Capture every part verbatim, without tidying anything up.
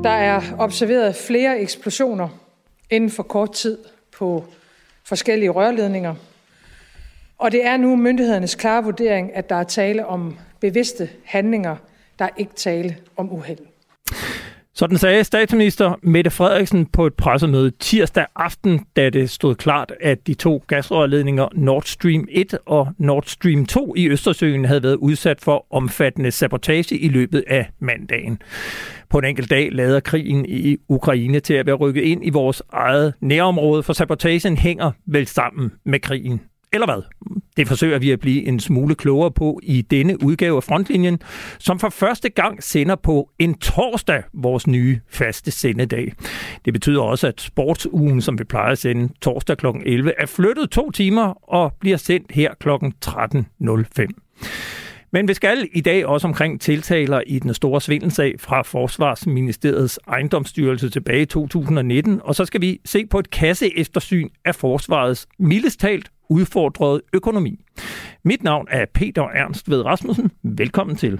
Der er observeret flere eksplosioner inden for kort tid på forskellige rørledninger. Og det er nu myndighedernes klare vurdering, at der er tale om bevidste handlinger. Der er ikke tale om uheld. Sådan sagde statsminister Mette Frederiksen på et pressemøde tirsdag aften, da det stod klart, at de to gasrørledninger Nord Stream et og Nord Stream to i Østersøen havde været udsat for omfattende sabotage i løbet af mandagen. På en enkelt dag lader krigen i Ukraine til at være rykket ind i vores eget nærområde, for sabotagen hænger vel sammen med krigen. Eller hvad? Det forsøger vi at blive en smule klogere på i denne udgave af Frontlinjen, som for første gang sender på en torsdag, vores nye faste sendedag. Det betyder også, at sportsugen, som vi plejer at sende torsdag klokken elleve, er flyttet to timer og bliver sendt her klokken tretten nul fem. Men vi skal i dag også omkring tiltaler i den store svindelsag fra Forsvarsministeriets ejendomsstyrelse tilbage i to tusind nitten, og så skal vi se på et kasseeftersyn af Forsvarets mildest talt udfordrede økonomi. Mit navn er Peter Ernst Ved Rasmussen. Velkommen til.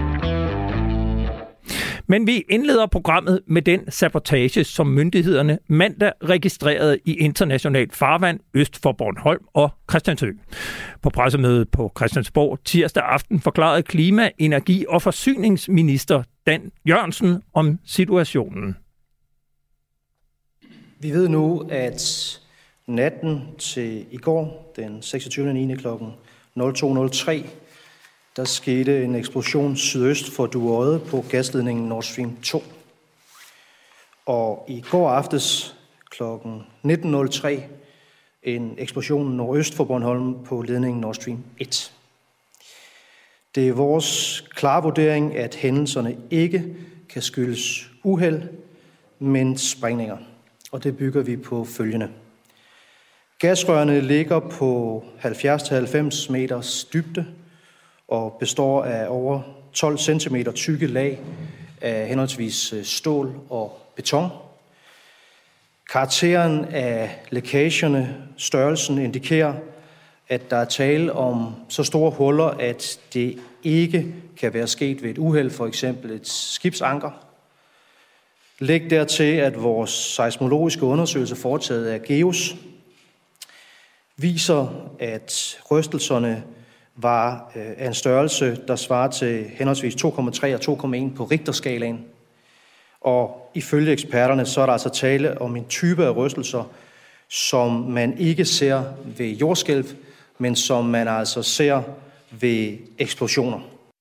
Men vi indleder programmet med den sabotage, som myndighederne mandag registrerede i internationalt farvand øst for Bornholm og Christiansø. På pressemødet på Christiansborg tirsdag aften forklarede klima-, energi- og forsyningsminister Dan Jørgensen om situationen. Vi ved nu, at natten til i går, den seksogtyvende niende klokken to nul tre, der skete en eksplosion sydøst for Duodde på gasledningen Nord Stream to. Og i går aftes klokken nitten nul tre en eksplosion nordøst for Bornholm på ledningen Nord Stream et. Det er vores klare vurdering, at hændelserne ikke kan skyldes uheld, men sprængninger. Og det bygger vi på følgende. Gasrørene ligger på halvfjerds til halvfems meters dybde og består af over tolv centimeter tykke lag af henholdsvis stål og beton. Karakteren af lækagerne, størrelsen indikerer, at der er tale om så store huller, at det ikke kan være sket ved et uheld, for eksempel et skibsanker. Læg dertil, at vores seismologiske undersøgelse foretaget af GEOS viser, at rystelserne var af en størrelse, der svarer til henholdsvis to komma tre og to komma en på Richterskalaen. Og ifølge eksperterne, så er der altså tale om en type af rystelser, som man ikke ser ved jordskælv, men som man altså ser ved eksplosioner.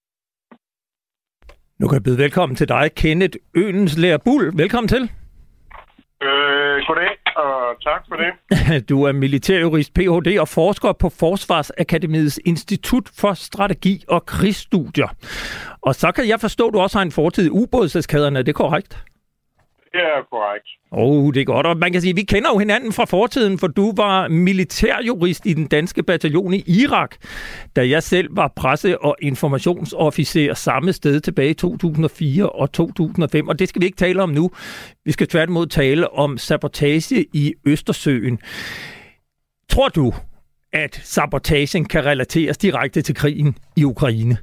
Nu kan jeg byde velkommen til dig, Kenneth Øhlenslær Buhl. Velkommen til. Øh, goddag, og tak for det. Du er militærjurist, P H D og forsker på Forsvarsakademiets Institut for Strategi og Krigsstudier. Og så kan jeg forstå, at du også har en fortid i ubådseskaderne. Er det korrekt? Det er korrekt. Åh, oh, det er godt. Og man kan sige, at vi kender jo hinanden fra fortiden, for du var militærjurist i den danske bataljon i Irak, da jeg selv var presse- og informationsofficer samme sted tilbage i to tusind og fire og to tusind og fem. Og det skal vi ikke tale om nu. Vi skal tværtimod tale om sabotage i Østersøen. Tror du, at sabotagen kan relateres direkte til krigen i Ukraine?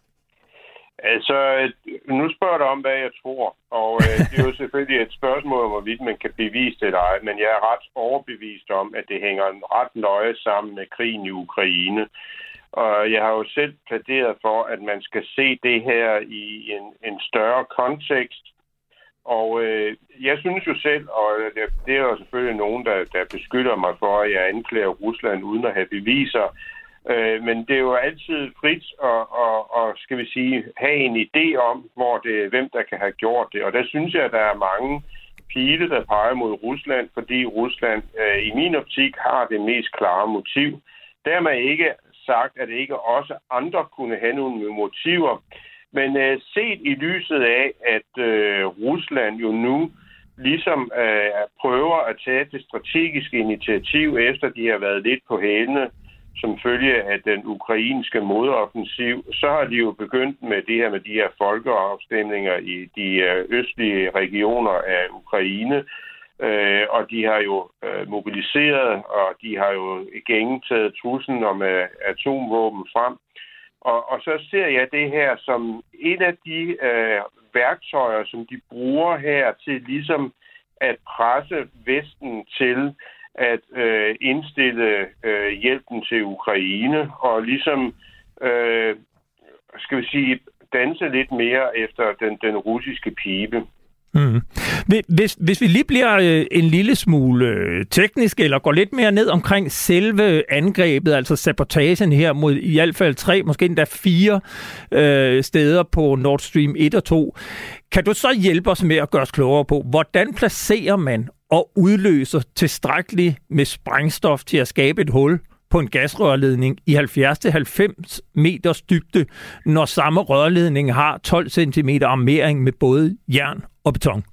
Altså, nu spørger du om, hvad jeg tror, og øh, det er jo selvfølgelig et spørgsmål, hvorvidt man kan bevise det eller ej, men jeg er ret overbevist om, at det hænger ret nøje sammen med krigen i Ukraine. Og jeg har jo selv plæderet for, at man skal se det her i en, en større kontekst, og øh, jeg synes jo selv, og det, det er jo selvfølgelig nogen, der, der beskytter mig for, at jeg anklager Rusland uden at have beviser. Øh, men det er jo altid frit at, og, og, skal vi sige, have en idé om, hvor det, hvem der kan have gjort det. Og der synes jeg, at der er mange pile, der peger mod Rusland, fordi Rusland øh, i min optik har det mest klare motiv. Dermed ikke sagt, at det ikke også andre kunne have nogle motiver. Men øh, set i lyset af, at øh, Rusland jo nu ligesom øh, prøver at tage det strategiske initiativ, efter de har været lidt på hælene, som følge af den ukrainske modoffensiv, så har de jo begyndt med det her med de her folkeafstemninger i de østlige regioner af Ukraine. Øh, og de har jo øh, mobiliseret, og de har jo igen taget truslen om øh, atomvåben frem. Og, og så ser jeg det her som et af de øh, værktøjer, som de bruger her til ligesom at presse Vesten til at øh, indstille øh, hjælpen til Ukraine og ligesom, øh, skal vi sige, danse lidt mere efter den, den russiske pibe. Mm. Hvis, hvis vi lige bliver øh, en lille smule øh, teknisk, eller går lidt mere ned omkring selve angrebet, altså sabotagen her mod i hvert fald tre, måske endda fire øh, steder på Nord Stream et og to, kan du så hjælpe os med at gøre os klogere på, hvordan placerer man og udløser tilstrækkeligt med sprængstof til at skabe et hul på en gasrørledning i halvfjerds til halvfems meters dybde, når samme rørledning har tolv centimeter armering med både jern og beton?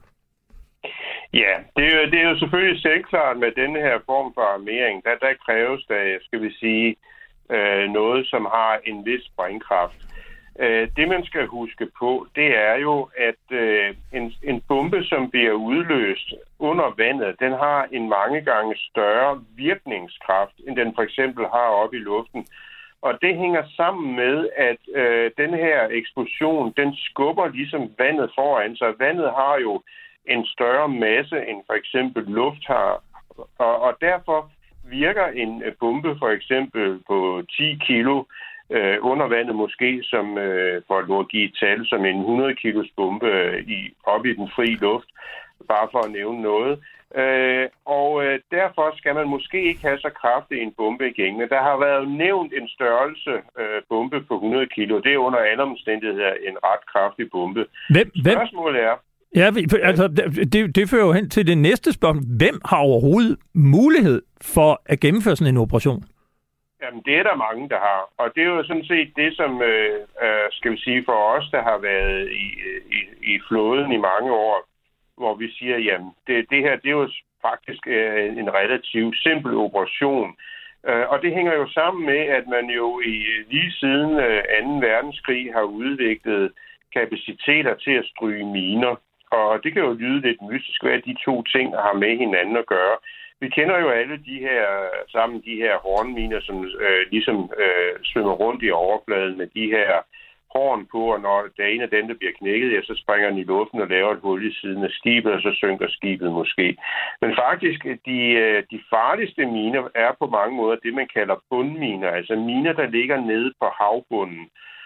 Ja, det er, jo, det er jo selvfølgelig selvklart med denne her form for armering. Der, der kræves der, skal vi sige, øh, noget, som har en vis sprængkraft. Øh, det, man skal huske på, det er jo, at øh, en, en bombe, som bliver udløst under vandet, den har en mange gange større virkningskraft, end den for eksempel har oppe i luften. Og det hænger sammen med, at øh, den her eksplosion, den skubber ligesom vandet foran sig. Vandet har jo en større masse, end for eksempel luft har. Og, og derfor virker en bombe for eksempel på ti kilo øh, under vandet måske, som øh, for at give et tal, som en hundrede kilos bombe øh, i, op i den fri luft, bare for at nævne noget. Øh, og øh, derfor skal man måske ikke have så kraftig en bombe igen. Men der har været nævnt en størrelse øh, bombe på hundrede kilo. Det er under alle omstændigheder en ret kraftig bombe. Hvem, Spørgsmålet er... Ja, altså, det, det fører jo hen til det næste spørgsmål. Hvem har overhovedet mulighed for at gennemføre sådan en operation? Jamen, det er der mange, der har. Og det er jo sådan set det, som, øh, skal vi sige, for os, der har været i, i, i flåden i mange år, hvor vi siger, jamen, det, det her, det er jo faktisk øh, en relativt simpel operation. Øh, og det hænger jo sammen med, at man jo i lige siden øh, anden verdenskrig har udviklet kapaciteter til at stryge miner. Og det kan jo lyde lidt mystisk, hvad de to ting har med hinanden at gøre. Vi kender jo alle de her, sammen de her hornminer, som øh, ligesom øh, svømmer rundt i overfladen med de her horn på, og når der er en af dem, der bliver knækket, ja, så springer den i luften og laver et hul i siden af skibet, og så synker skibet måske. Men faktisk, de, de farligste miner er på mange måder det, man kalder bundminer, altså miner, der ligger nede på havbunden.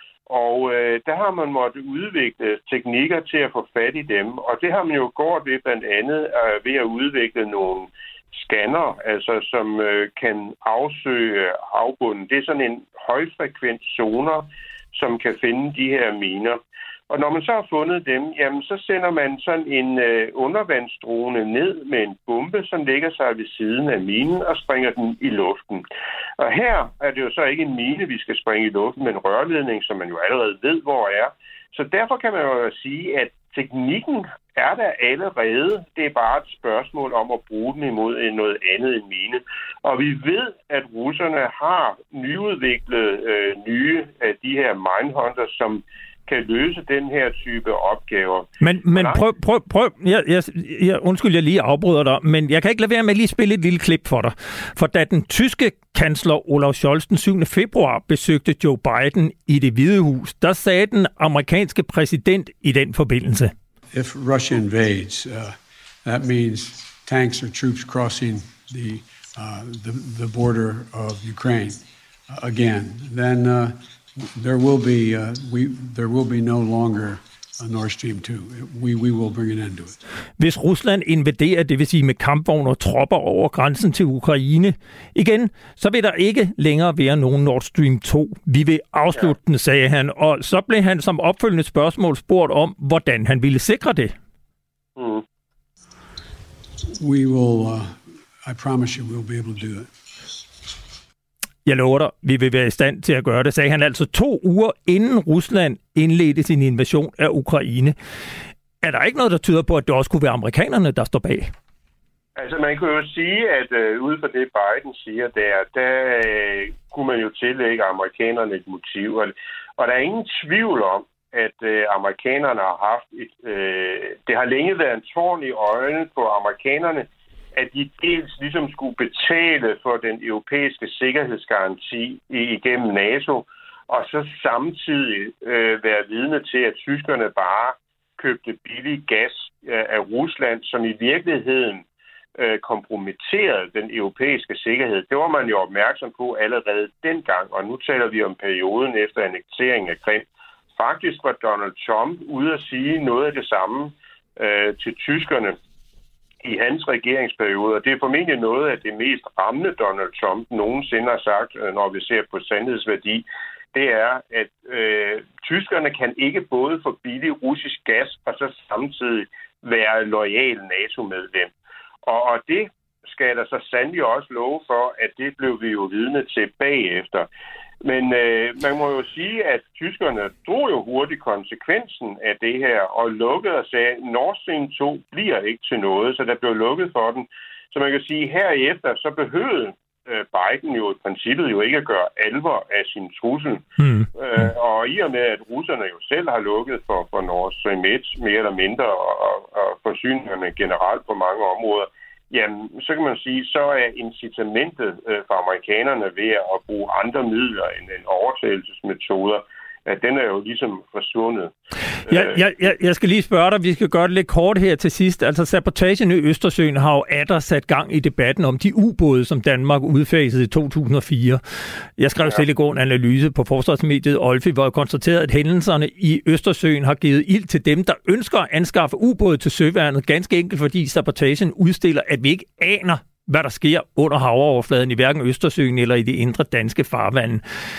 Og øh, der har man måttet udvikle teknikker til at få fat i dem, og det har man jo gjort ved blandt andet øh, ved at udvikle nogle scanner, altså som øh, kan afsøge havbunden. Det er sådan en højfrekvent sonar, som kan finde de her miner. Og når man så har fundet dem, jamen så sender man sådan en øh, undervandsdrone ned med en bombe, som lægger sig ved siden af minen og springer den i luften. Og her er det jo så ikke en mine, vi skal springe i luften, men en rørledning, som man jo allerede ved, hvor er. Så derfor kan man jo sige, at teknikken er der allerede. Det er bare et spørgsmål om at bruge den imod noget andet end mine. Og vi ved, at russerne har nyudviklet øh, nye af de her minehunters, som kan løse den her type opgaver. Men, men prøv, prøv, prøv. Jeg, jeg, jeg, undskyld, jeg lige afbryder dig, men jeg kan ikke lade være med at lige spille et lille klip for dig. For da den tyske kansler Olaf Scholz den syvende februar besøgte Joe Biden i Det Hvide Hus, der sagde den amerikanske præsident i den forbindelse: If Russia invades, uh, that means tanks or troops crossing the, uh, the, the border of Ukraine uh, again. Then uh, There will be uh, we there will be no longer a Nord Stream two. We we will bring an end to it. Hvis Rusland invaderer, det vil sige med kampvogne og tropper over grænsen til Ukraine igen, så vil der ikke længere være nogen Nord Stream to. Vi vil afslutte ja. den, sagde han, og så blev han som opfølgende spørgsmål spurgt om, hvordan han ville sikre det. Mm. We will. Uh, I promise you, we'll be able to do it. Jeg lover dig, vi vil være i stand til at gøre det, sagde han altså to uger inden Rusland indledte sin invasion af Ukraine. Er der ikke noget, der tyder på, at det også kunne være amerikanerne, der står bag? Altså man kunne jo sige, at øh, ud fra det Biden siger der, der øh, kunne man jo tillægge amerikanerne et motiv. Og, og der er ingen tvivl om, at øh, amerikanerne har haft et... Øh, det har længe været en tårn i øjnene på amerikanerne, at de dels ligesom skulle betale for den europæiske sikkerhedsgaranti igennem NATO, og så samtidig øh, være vidne til, at tyskerne bare købte billig gas af Rusland, som i virkeligheden kompromitterede den europæiske sikkerhed. Det var man jo opmærksom på allerede dengang, og nu taler vi om perioden efter annekteringen af Krim. Faktisk var Donald Trump ude at sige noget af det samme øh, til tyskerne i hans regeringsperiode, og det er formentlig noget af det mest rammende Donald Trump nogensinde har sagt, når vi ser på sandhedsværdi. Det er, at øh, tyskerne kan ikke både få billig russisk gas og så samtidig være loyal NATO-medlem. Og, og det skal der så sandelig også love for, at det blev vi jo vidne til bagefter. Men øh, man må jo sige, at tyskerne drog jo hurtigt konsekvensen af det her og lukkede og sagde, at Nord Stream to bliver ikke til noget, så der blev lukket for den. Så man kan sige, at herefter så behøvede øh, Biden jo i princippet jo ikke at gøre alvor af sin trussel. Mm. Øh, og i og med, at russerne jo selv har lukket for, for Nord Stream et mere eller mindre og, og, og forsyningerne generelt på mange områder, jamen, så kan man sige, så er incitamentet øh, for amerikanerne ved at bruge andre midler end, end overtagelsesmetoder, at den er jo ligesom forsvundet. Jeg, jeg, jeg, jeg skal lige spørge dig, vi skal gøre det lidt kort her til sidst. Altså, sabotagen i Østersøen har jo atter sat gang i debatten om de ubåde, som Danmark udfasede i to tusind og fire. Jeg skrev ja. selv i går en analyse på forsvarsmediet Olfi, hvor jeg konstaterede, at hændelserne i Østersøen har givet ild til dem, der ønsker at anskaffe ubåde til søværnet, ganske enkelt fordi sabotagen udstiller, at vi ikke aner, hvad der sker under havoverfladen i hverken Østersøen eller i de indre danske farvande.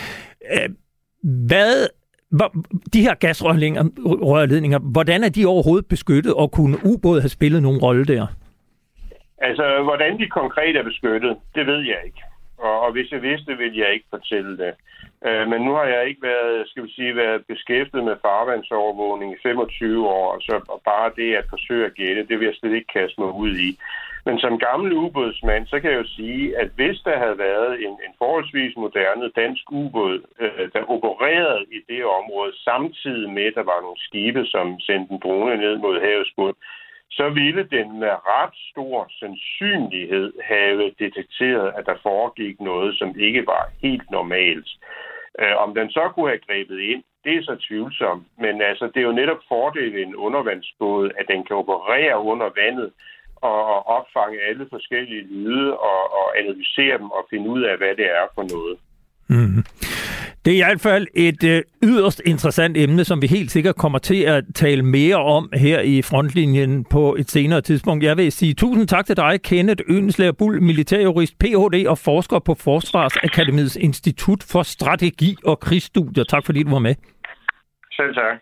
Hvad, de her gasrørledninger, hvordan er de overhovedet beskyttet, og kunne ubåde have spillet nogen rolle der? Altså, hvordan de konkret er beskyttet, det ved jeg ikke. Og, og hvis jeg vidste, ville jeg ikke fortælle det. Uh, men nu har jeg ikke været, skal vi sige, været beskæftiget med farvandsovervågning i femogtyve år, så bare det at forsøge at gætte, det vil jeg slet ikke kaste mig ud i. Men som gammel ubådsmand, så kan jeg jo sige, at hvis der havde været en, en forholdsvis moderne dansk ubåd, øh, der opererede i det område, samtidig med, at der var nogle skibe, som sendte en drone ned mod havets bund, så ville den med ret stor sandsynlighed have detekteret, at der foregik noget, som ikke var helt normalt. Øh, om den så kunne have grebet ind, det er så tvivlsomt. Men altså, det er jo netop fordelen ved en undervandsbåd, at den kan operere under vandet, og opfange alle forskellige lyde og, og analysere dem og finde ud af, hvad det er for noget. Mm. Det er i hvert fald et øh, yderst interessant emne, som vi helt sikkert kommer til at tale mere om her i frontlinjen på et senere tidspunkt. Jeg vil sige tusind tak til dig, Kenneth Øenslager Bull, militærjurist, P H D og forsker på Forsvarsakademiets Institut for Strategi og Krigsstudier. Tak fordi du var med. Selv tak.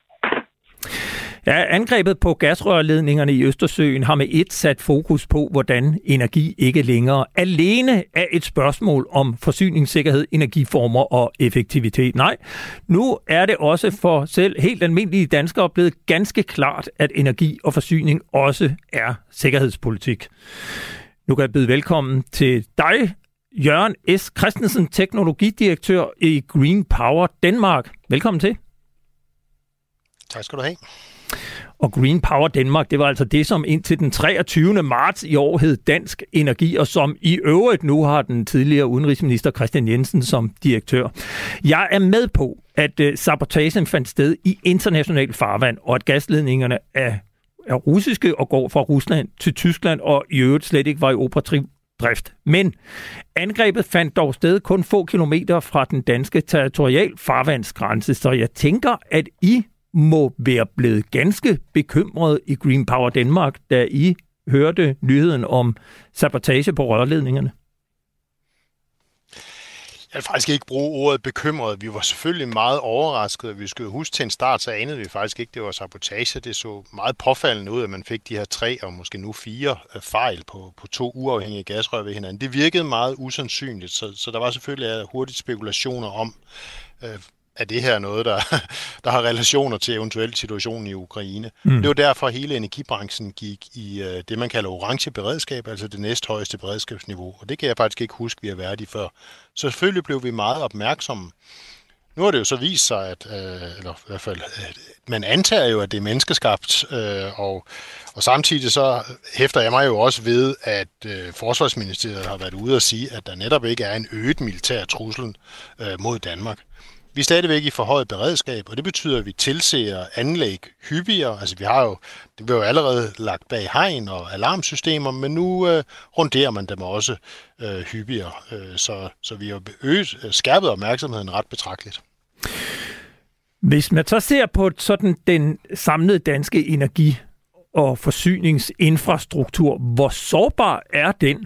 Ja, angrebet på gasrørledningerne i Østersøen har med et sat fokus på, hvordan energi ikke længere alene er et spørgsmål om forsyningssikkerhed, energiformer og effektivitet. Nej, nu er det også for selv helt almindelige danskere blevet ganske klart, at energi og forsyning også er sikkerhedspolitik. Nu kan jeg byde velkommen til dig, Jørgen S. Christensen, teknologidirektør i Green Power Danmark. Velkommen til. Tak skal du have. Og Green Power Danmark, det var altså det, som indtil den treogtyvende marts i år hed Dansk Energi, og som i øvrigt nu har den tidligere udenrigsminister Kristian Jensen som direktør. Jeg er med på, at sabotagen fandt sted i international farvand, og at gasledningerne er, er russiske og går fra Rusland til Tyskland, og i øvrigt slet ikke var i operativ drift. Men angrebet fandt dog sted kun få kilometer fra den danske territorial farvandsgrænse, så jeg tænker, at I må være blevet ganske bekymret i Green Power Danmark, da I hørte nyheden om sabotage på rørledningerne. Jeg vil faktisk ikke bruge ordet bekymret. Vi var selvfølgelig meget overraskede. Vi skulle huske til en start, så anede vi faktisk ikke, det var sabotage. Det så meget påfaldende ud, at man fik de her tre og måske nu fire fejl på, på to uafhængige gasrør ved hinanden. Det virkede meget usandsynligt, så, så der var selvfølgelig hurtigt spekulationer om, øh, er det her noget, der, der har relationer til eventuelt situationen i Ukraine. Mm. Det var derfor, at hele energibranchen gik i uh, det, man kalder orange beredskab, altså det næsthøjeste beredskabsniveau. Og det kan jeg faktisk ikke huske, vi har været i før. Så selvfølgelig blev vi meget opmærksomme. Nu har det jo så vist sig, at, øh, eller i hvert fald, at man antager jo, at det er menneskeskabt, øh, og, og samtidig så hæfter jeg mig jo også ved, at øh, Forsvarsministeriet har været ude og sige, at der netop ikke er en øget militær trussel øh, mod Danmark. Vi er stadigvæk i forhøjet beredskab, og det betyder, at vi tilser anlæg hyppigere. Altså vi har jo, det bliver jo allerede lagt bag hegn og alarmsystemer, men nu øh, runderer man dem også øh, hyppigere. Øh, så, så vi har øget, øh, skærpet opmærksomheden ret betragteligt. Hvis man så ser på sådan den samlede danske energi- og forsyningsinfrastruktur, hvor sårbar er den?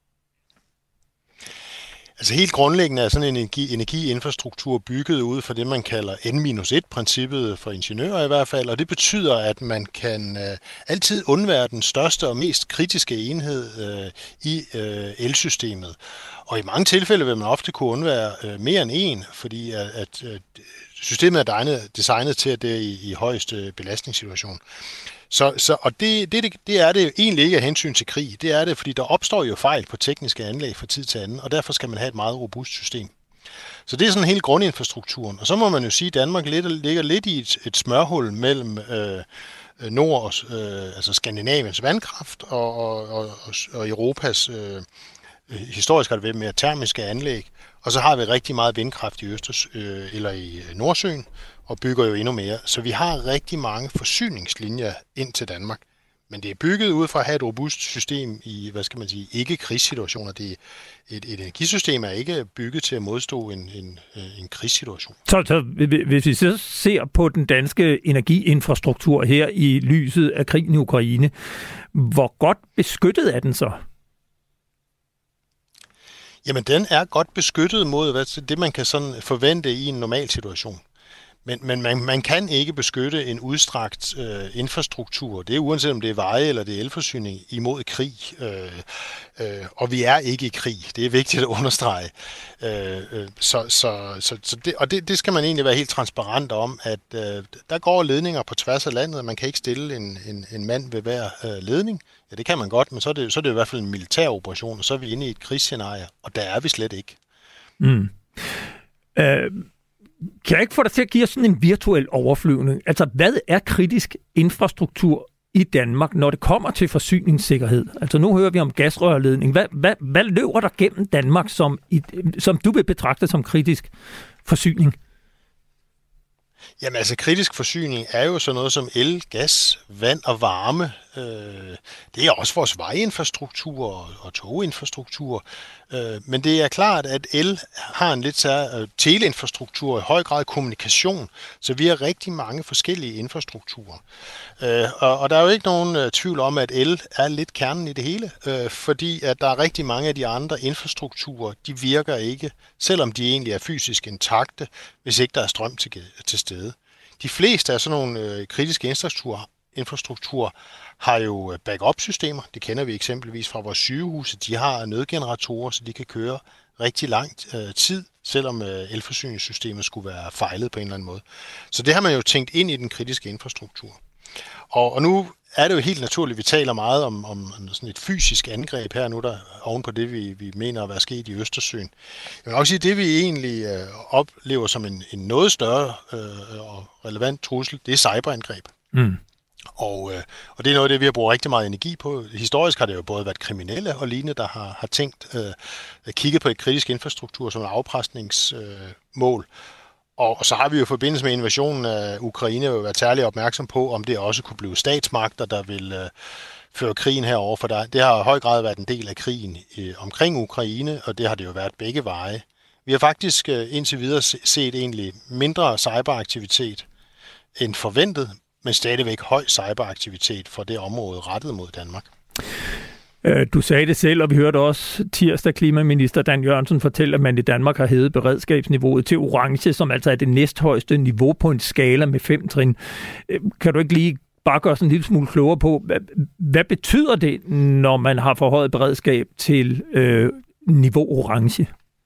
Altså helt grundlæggende er sådan en energi, energiinfrastruktur bygget ud for det, man kalder N minus et princippet for ingeniører i hvert fald, og det betyder, at man kan øh, altid undvære den største og mest kritiske enhed øh, i øh, elsystemet. Og i mange tilfælde vil man ofte kunne undvære øh, mere end en, fordi at, at øh, systemet er designet, designet til, at det er i, i højeste belastningssituation. Så, så, og det, det, det er det egentlig ikke af hensyn til krig. Det er det, fordi der opstår jo fejl på tekniske anlæg fra tid til anden, og derfor skal man have et meget robust system. Så det er sådan hele grundinfrastrukturen. Og så må man jo sige, at Danmark ligger lidt i et, et smørhul mellem øh, Nord, og, øh, altså Skandinaviens vandkraft og, og, og, og Europas øh, historisk har det været mere termiske anlæg. Og så har vi rigtig meget vindkraft i Østers, øh, eller i Nordsøen, og bygger jo endnu mere. Så vi har rigtig mange forsyningslinjer ind til Danmark. Men det er bygget ud fra at have et robust system i, hvad skal man sige, ikke-krigssituationer. Det er et, et energisystem er ikke bygget til at modstå en, en, en krigssituation. Så, så hvis vi så ser på den danske energiinfrastruktur her i lyset af krigen i Ukraine, hvor godt beskyttet er den så? Jamen, den er godt beskyttet mod hvad, det, man kan sådan forvente i en normal situation. Men, men man, man kan ikke beskytte en udstrakt øh, infrastruktur. Det er uanset om det er veje eller det er elforsyning imod krig. Øh, øh, og vi er ikke i krig. Det er vigtigt at understrege. Øh, øh, så, så, så, så det, og det, det skal man egentlig være helt transparent om, at øh, der går ledninger på tværs af landet, og man kan ikke stille en, en, en mand ved hver øh, ledning. Ja, det kan man godt, men så er, det, så er det i hvert fald en militær operation, og så er vi inde i et krigsscenarie, og der er vi slet ikke. Mm. Øh... Kan jeg ikke få dig til at give os sådan en virtuel overflyvning? Altså, hvad er kritisk infrastruktur i Danmark, når det kommer til forsyningssikkerhed? Altså, nu hører vi om gasrørledning. Hvad, hvad, hvad løber der gennem Danmark, som, som du vil betragte som kritisk forsyning? Jamen altså, kritisk forsyning er jo sådan noget som el, gas, vand og varme. Øh, det er også vores vejinfrastruktur og, og toginfrastruktur. Øh, men det er klart, at el har en lidt særlig øh, teleinfrastruktur, i høj grad kommunikation, så vi har rigtig mange forskellige infrastrukturer. Øh, og, og der er jo ikke nogen øh, tvivl om, at el er lidt kernen i det hele, øh, fordi at der er rigtig mange af de andre infrastrukturer, de virker ikke, selvom de egentlig er fysisk intakte, hvis ikke der er strøm til, til stede. De fleste af sådan nogle øh, kritiske infrastrukturer, infrastruktur har jo backup-systemer. Det kender vi eksempelvis fra vores sygehuse. De har nødgeneratorer, så de kan køre rigtig lang øh, tid, selvom øh, elforsyningssystemet skulle være fejlet på en eller anden måde. Så det har man jo tænkt ind i den kritiske infrastruktur. Og, og nu er det jo helt naturligt, at vi taler meget om, om sådan et fysisk angreb her nu, der oven på det, vi, vi mener at være sket i Østersøen. Jeg vil nok sige, at det vi egentlig øh, oplever som en, en noget større øh, og relevant trussel, det er cyberangreb. Mm. Og, øh, og det er noget af det, vi har brugt rigtig meget energi på. Historisk har det jo både været kriminelle og lignende, der har, har tænkt, øh, kigget på et kritisk infrastruktur som et afpresningsmål. Øh, og, og så har vi jo i forbindelse med invasionen af Ukraine jo været særlig opmærksom på, om det også kunne blive statsmagter, der vil øh, føre krigen herover. For der, det har i høj grad været en del af krigen øh, omkring Ukraine, og det har det jo været begge veje. Vi har faktisk øh, indtil videre set egentlig mindre cyberaktivitet end forventet, men stadigvæk høj cyberaktivitet for det område rettet mod Danmark. Du sagde det selv, og vi hørte også tirsdag klimaminister Dan Jørgensen fortælle, at man i Danmark har hævet beredskabsniveauet til orange, som altså er det næsthøjeste niveau på en skala med fem trin. Kan du ikke lige bare gøre sådan en lille smule klogere på, hvad betyder det, når man har forhøjet beredskab til øh, niveau orange?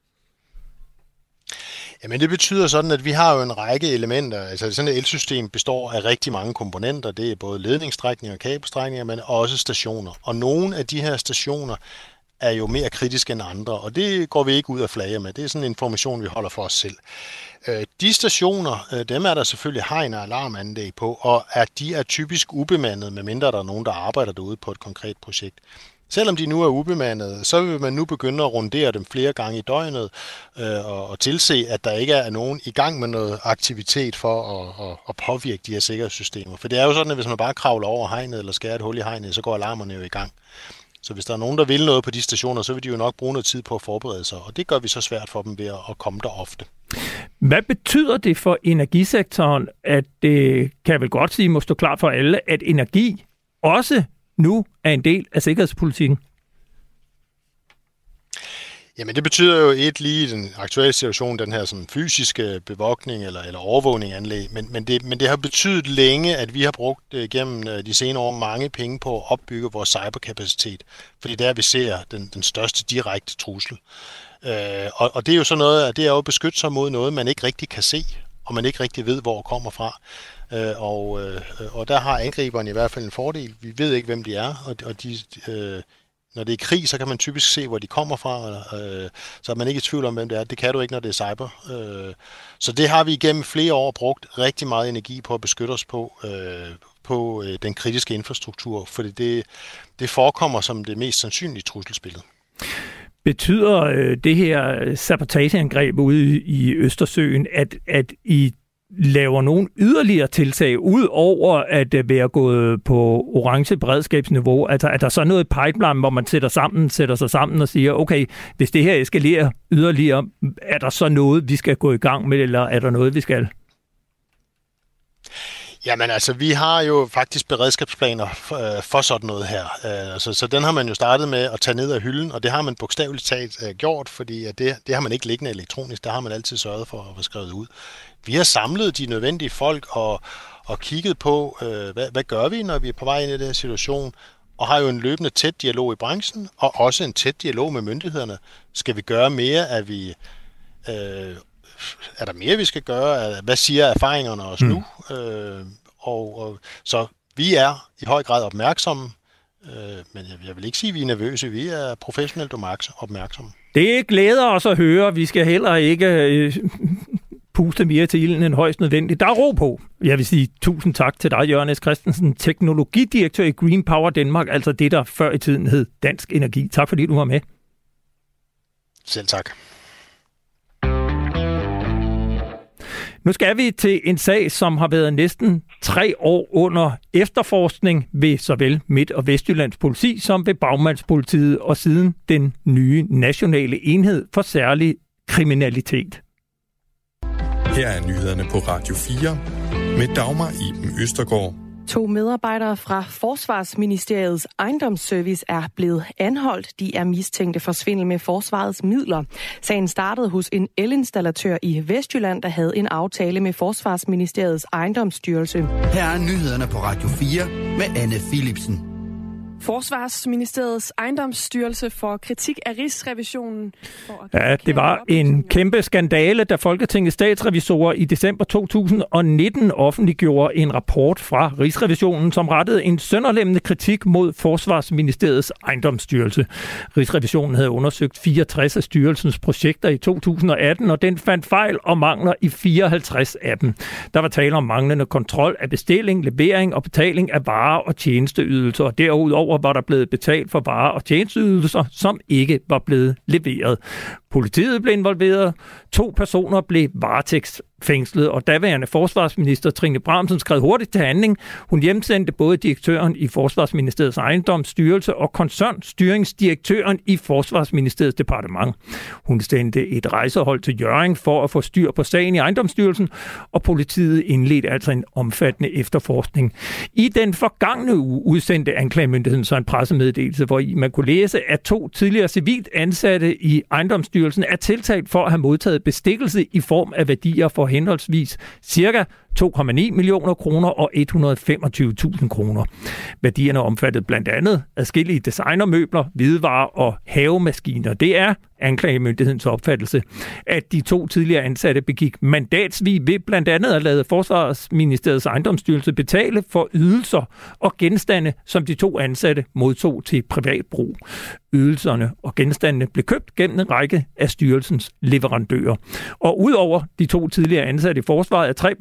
Jamen det betyder sådan, at vi har jo en række elementer. Altså sådan et elsystem består af rigtig mange komponenter. Det er både ledningsstrækninger og kabelstrækninger, men også stationer. Og nogle af de her stationer er jo mere kritiske end andre, og det går vi ikke ud og flager med. Det er sådan en information, vi holder for os selv. De stationer, dem er der selvfølgelig hegn og alarmanlæg på, og at de er typisk ubemandet, medmindre der er nogen, der arbejder derude på et konkret projekt. Selvom de nu er ubemandede, så vil man nu begynde at rundere dem flere gange i døgnet øh, og, og tilse, at der ikke er nogen i gang med noget aktivitet for at, at, at påvirke de her sikkerhedssystemer. For det er jo sådan, at hvis man bare kravler over hegnet eller skærer et hul i hegnet, så går alarmerne jo i gang. Så hvis der er nogen, der vil noget på de stationer, så vil de jo nok bruge noget tid på at forberede sig, og det gør vi så svært for dem ved at komme der ofte. Hvad betyder det for energisektoren, at det kan jeg vel godt sige, må stå klart for alle, at energi også nu er en del af sikkerhedspolitikken? Jamen det betyder jo et lige i den aktuelle situation, den her sådan fysiske bevogtning eller, eller overvågning anlæg, men, men, det, men det har betydet længe, at vi har brugt øh, gennem øh, de senere år mange penge på at opbygge vores cyberkapacitet, fordi der vi ser den, den største direkte trussel. Øh, og, og det er jo sådan noget, at det er jo at beskytte sig mod noget, man ikke rigtig kan se, og man ikke rigtig ved, hvor det kommer fra. Øh, og, øh, og der har angriberen i hvert fald en fordel. Vi ved ikke, hvem de er, og, og de... Øh, Når det er krig, så kan man typisk se, hvor de kommer fra, øh, så er man ikke i tvivl om, hvem det er. Det kan du ikke, når det er cyber. Øh, så det har vi igennem flere år brugt rigtig meget energi på at beskytte os på, øh, på øh, den kritiske infrastruktur, fordi det, det forekommer som det mest sandsynlige trusselsbillede. Betyder øh, det her sabotageangreb ude i Østersøen, at, at I laver nogle yderligere tiltag, ud over at være gået på orange beredskabsniveau? Altså er der så noget pipeline, hvor man sætter sammen, sætter sig sammen og siger, okay, hvis det her eskalerer yderligere, er der så noget, vi skal gå i gang med, eller er der noget, vi skal? Jamen altså, vi har jo faktisk beredskabsplaner for, øh, for sådan noget her. Øh, så, så den har man jo startet med at tage ned af hylden, og det har man bogstaveligt talt øh, gjort, fordi at det, det har man ikke liggende elektronisk, der har man altid sørget for at få skrevet ud. Vi har samlet de nødvendige folk og, og kigget på, øh, hvad, hvad gør vi, når vi er på vej ind i den her situation, og har jo en løbende tæt dialog i branchen, og også en tæt dialog med myndighederne. Skal vi gøre mere? Er vi... Øh, Er der mere, vi skal gøre? Hvad siger erfaringerne os nu? Mm. Øh, og, og, så vi er i høj grad opmærksomme, øh, men jeg, jeg vil ikke sige, at vi er nervøse. Vi er professionelt opmærksomme. Det glæder os at høre. Vi skal heller ikke øh, puste mere til ilden end højst nødvendigt. Der er ro på. Jeg vil sige tusind tak til dig, Jørgen S. Christensen, teknologidirektør i Green Power Danmark, altså det, der før i tiden hed Dansk Energi. Tak fordi du var med. Selv tak. Nu skal vi til en sag, som har været næsten tre år under efterforskning ved såvel Midt- og Vestjyllands politi som ved Bagmandspolitiet og siden den nye nationale enhed for særlig kriminalitet. Her er nyhederne på Radio fire med Dagmar Iben Østergaard. To medarbejdere fra Forsvarsministeriets ejendomsservice er blevet anholdt. De er mistænkte for svindel med forsvarets midler. Sagen startede hos en elinstallatør i Vestjylland, der havde en aftale med Forsvarsministeriets ejendomsstyrelse. Her er nyhederne på Radio fire med Anne Philipsen. Forsvarsministeriets ejendomsstyrelse får kritik af Rigsrevisionen. For at ja, det var en kæmpe skandale, da Folketingets statsrevisorer i december to tusind og nitten offentliggjorde en rapport fra Rigsrevisionen, som rettede en sønderlemmende kritik mod Forsvarsministeriets ejendomsstyrelse. Rigsrevisionen havde undersøgt fireogtres af styrelsens projekter i to tusind og atten, og den fandt fejl og mangler i fireoghalvtreds af dem. Der var tale om manglende kontrol af bestilling, levering og betaling af varer og tjenesteydelser, og derudover var der blevet betalt for varer og tjenesteydelser, som ikke var blevet leveret. Politiet blev involveret, to personer blev varetægtsfængslet, og daværende forsvarsminister Trine Bramsen skred hurtigt til handling. Hun hjemsendte både direktøren i Forsvarsministeriets ejendomsstyrelse og koncernstyringsdirektøren i Forsvarsministeriets departement. Hun sendte et rejsehold til Hjørring for at få styr på sagen i ejendomsstyrelsen, og politiet indledte altså en omfattende efterforskning. I den forgangne uge udsendte anklagemyndigheden så en pressemeddelelse, hvor man kunne læse, at to tidligere civilt ansatte i ejendomsstyrelsen er tiltalt for at have modtaget bestikkelse i form af værdier for henholdsvis cirka to komma ni millioner kroner og et hundrede og femogtyve tusind kroner. Værdierne omfattede blandt andet adskillige designermøbler, hvidevarer og havemaskiner. Det er anklagemyndighedens opfattelse, at de to tidligere ansatte begik mandatsvig ved blandt andet at lade Forsvarsministeriets ejendomsstyrelse betale for ydelser og genstande, som de to ansatte modtog til privat brug. Ydelserne og genstandene blev købt gennem en række af styrelsens leverandører. Og udover de to tidligere ansatte i forsvaret er tre personer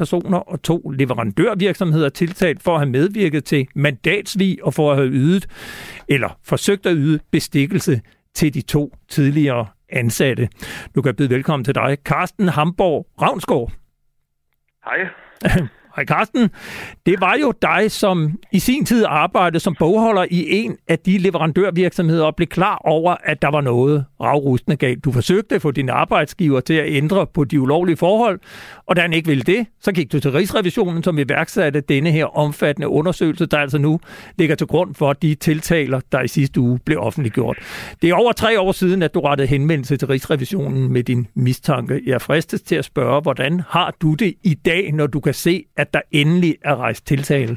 og to leverandørvirksomheder tiltalt for at have medvirket til mandatsvig og for at have ydet, eller forsøgt at yde bestikkelse til de to tidligere ansatte. Nu kan jeg byde velkommen til dig, Carsten Hamborg Ravnsgaard. Hej. Hej Carsten. Det var jo dig, som i sin tid arbejdede som bogholder i en af de leverandørvirksomheder og blev klar over, at der var noget ravrustende galt. Du forsøgte at få din arbejdsgiver til at ændre på de ulovlige forhold, og da han ikke ville det, så gik du til Rigsrevisionen, som iværksatte denne her omfattende undersøgelse, der altså nu ligger til grund for de tiltaler, der i sidste uge blev offentliggjort. Det er over tre år siden, at du rettede henvendelse til Rigsrevisionen med din mistanke. Jeg fristes til at spørge, hvordan har du det i dag, når du kan se, at der endelig er rejst tiltale?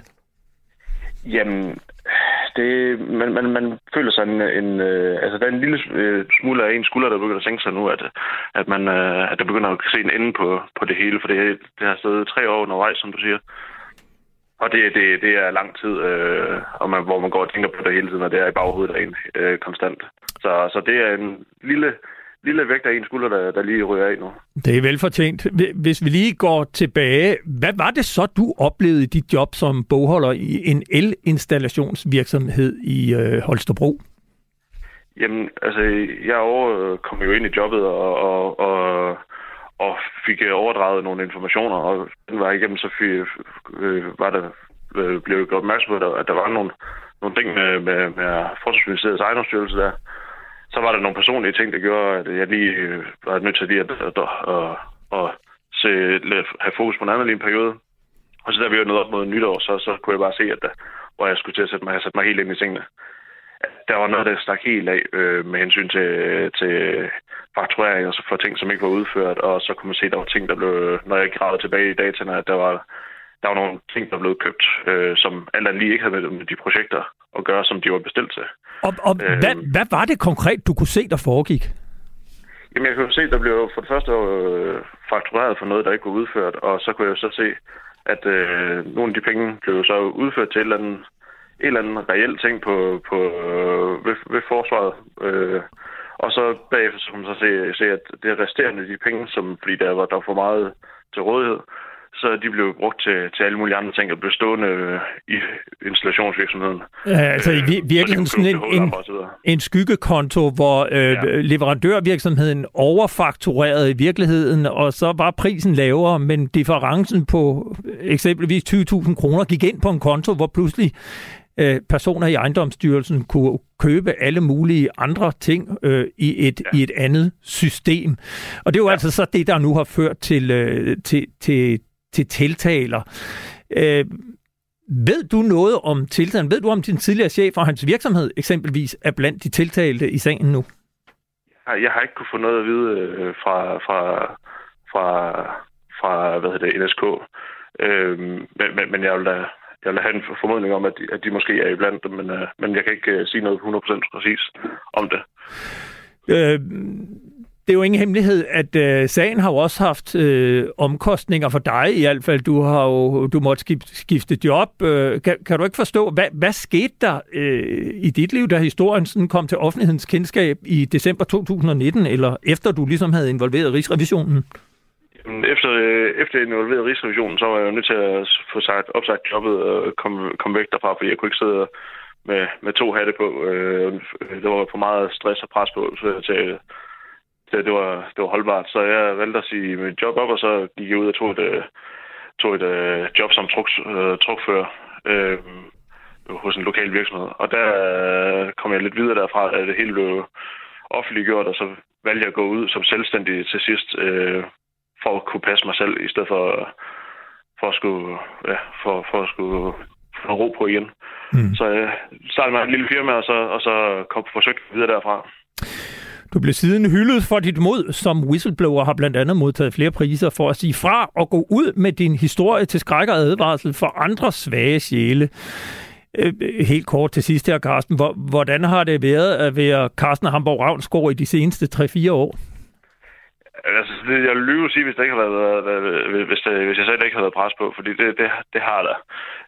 Jamen, det, man, man, man føler sig en, en øh, altså der er en lille øh, smule af en skulder, der begynder at sænke sig nu, at, at, man, øh, at der begynder at se en ende på, på det hele, for det, det har stået tre år undervejs, som du siger. Og det, det, det er lang tid, øh, og man, hvor man går og tænker på det hele tiden, og det er i baghovedet af en øh, konstant. Så, så det er en lille... lille vægt af en skulder, der, der lige ryger af nu. Det er velfortjent. Hvis vi lige går tilbage, hvad var det så, du oplevede i dit job som bogholder i en elinstallationsvirksomhed i øh, Holstebro? Jamen, altså, jeg over, kom jo ind i jobbet og, og, og, og fik overdraget nogle informationer, og den var igennem, så fik, øh, var der, øh, blev jeg gjort opmærksom på, at der var nogle, nogle ting med, med, med Forsvarsministeriets ejendomsstyrelse der. Så var der nogle personlige ting, der gjorde, at jeg lige var nødt til lige at, at, at, at se, have fokus på en anden lige en periode. Og så da vi var nået op mod nytår, så, så kunne jeg bare se, at der, hvor jeg skulle til at sætte mig, jeg sætte mig helt ind i tingene. Der var noget, der stak helt af øh, med hensyn til, til fakturering og så for ting, som ikke var udført. Og så kunne man se, at der var ting, der blev, når jeg gravede tilbage i dataene, at der var, der var nogle ting, der blev købt, øh, som alt andet lige ikke havde med de projekter at gøre, som de var bestilt til. Og, og øh, hvad, hvad var det konkret, du kunne se, der foregik? Jamen, jeg kunne se, der blev for det første øh, faktureret for noget, der ikke var udført, og så kunne jeg jo så se, at øh, nogle af de penge blev så udført til et eller andet, en eller anden reel ting på, på, øh, ved, ved forsvaret. Øh, og så bagefter så kunne man så se, se, at det resterende de penge, som, fordi der var, der var for meget til rådighed, så de blev brugt til, til alle mulige andre ting, der blev stående øh, i installationsvirksomheden. Ja, altså i vir- virkeligheden sådan en, en, en skyggekonto, hvor øh, ja. leverandørvirksomheden overfakturerede i virkeligheden, og så var prisen lavere, men differencen på eksempelvis tyve tusind kroner gik ind på en konto, hvor pludselig øh, personer i ejendomsstyrelsen kunne købe alle mulige andre ting øh, i, et, ja. i et andet system. Og det er jo ja. altså så det, der nu har ført til, øh, til, til til tiltaler. Øh, ved du noget om tiltalen? Ved du om din tidligere chef og hans virksomhed eksempelvis er blandt de tiltalte i sagen nu? Jeg har ikke kunne få noget at vide øh, fra, fra, fra, fra hvad hedder det, N S K. Øh, men, men, men jeg vil da jeg vil have en formodning om, at de, at de måske er iblandt dem, men, øh, men jeg kan ikke øh, sige noget hundrede procent præcis om det. Øh, Det er jo ingen hemmelighed, at øh, sagen har jo også haft øh, omkostninger for dig i hvert fald. Du har jo du måtte skifte, skifte job. Øh, kan, kan du ikke forstå, hvad, hvad skete der øh, i dit liv, da historien sådan kom til offentlighedens kendskab i december to tusind nitten, eller efter du ligesom havde involveret Rigsrevisionen? Efter, øh, efter jeg involverede Rigsrevisionen, så var jeg jo nødt til at få sagt, opsagt jobbet og komme kom væk derfra, fordi jeg kunne ikke sidde med, med to hatte på. Øh, det var for meget stress og pres på til Det, det, var, det var holdbart, så jeg valgte at sige mit job op, og så gik jeg ud og tog et, tog et uh, job som truk, uh, trukfører uh, hos en lokal virksomhed. Og der uh, kom jeg lidt videre derfra, at det hele blev offentliggjort, og så valgte jeg at gå ud som selvstændig til sidst, uh, for at kunne passe mig selv, i stedet for, for at skulle, ja, for, for at skulle få ro på igen. Mm. Så jeg startede med et lille firma, og så, og så kom forsøgt videre derfra. Du blev siden hyldet for dit mod som whistleblower, har blandt andet modtaget flere priser for at sige fra og gå ud med din historie til skræk og advarsel for andre svage sjæle. Helt kort til sidst her, Carsten. Hvordan har det været at være Carsten Hamborg Ravnsgaard i de seneste tre fire år? Altså, det, jeg vil lyve at sige, hvis, der ikke har været, hvis, det, hvis jeg selv ikke havde været pres på, fordi det, det, det har der.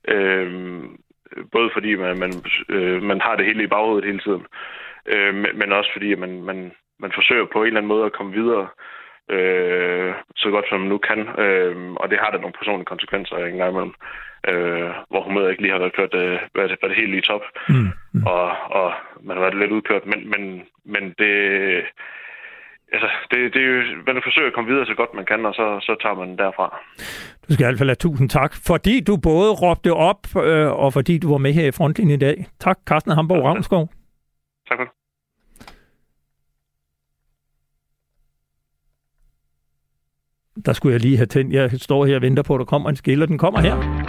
Øhm, både fordi man, man, øh, man har det hele i baghovedet hele tiden, øh, men, men også fordi man, man, man forsøger på en eller anden måde at komme videre øh, så godt som man nu kan. Øh, og det har da nogle personlige konsekvenser en gang imellem. Øh, hvor humøret ikke lige har været kørt, øh, været, været helt lige top. Mm. Mm. Og, og man har været lidt udkørt. Men, men, men det... Altså, det, det er jo, man forsøger at komme videre så godt man kan, og så, så tager man den derfra. Du skal i hvert fald have tusind tak, fordi du både råbte op, øh, og fordi du var med her i frontlinjen i dag. Tak, Carsten Hamborg Ravnsgaard. Tak for det. Der skulle jeg lige have tændt. Jeg står her og venter på, at der kommer en skiller. Den kommer her.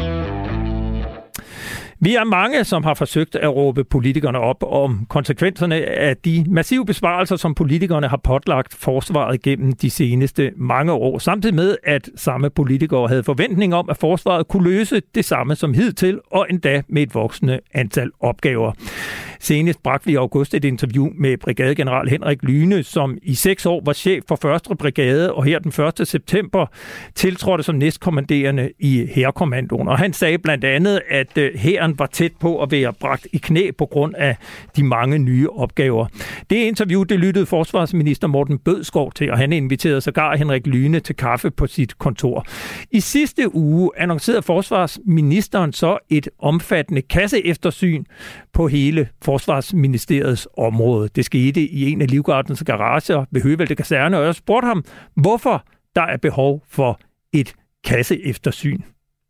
Vi er mange, som har forsøgt at råbe politikerne op om konsekvenserne af de massive besparelser, som politikerne har pålagt forsvaret gennem de seneste mange år. Samtidig med, at samme politikere havde forventning om, at forsvaret kunne løse det samme som hidtil, og endda med et voksende antal opgaver. Senest bragte vi i august et interview med brigadegeneral Henrik Lyhne, som i seks år var chef for første brigade, og her den første september tiltrådte som næstkommanderende i Hærkommandoen. Og han sagde blandt andet, at hæren var tæt på at være bragt i knæ på grund af de mange nye opgaver. Det interview, det lyttede forsvarsminister Morten Bødskov til, og han inviterede sågar Henrik Lyhne til kaffe på sit kontor. I sidste uge annoncerede forsvarsministeren så et omfattende kasseeftersyn på hele Forsvarsministeriets område. Det skete i en af Livgardens garager ved Høvelte Kaserne, og jeg spurgte ham, hvorfor der er behov for et kasseeftersyn.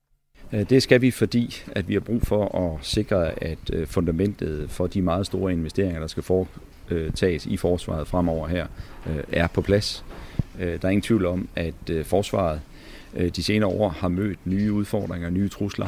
Det skal vi, fordi at vi har brug for at sikre, at fundamentet for de meget store investeringer, der skal foretages i forsvaret fremover her, er på plads. Der er ingen tvivl om, at forsvaret de senere år har mødt nye udfordringer, nye trusler,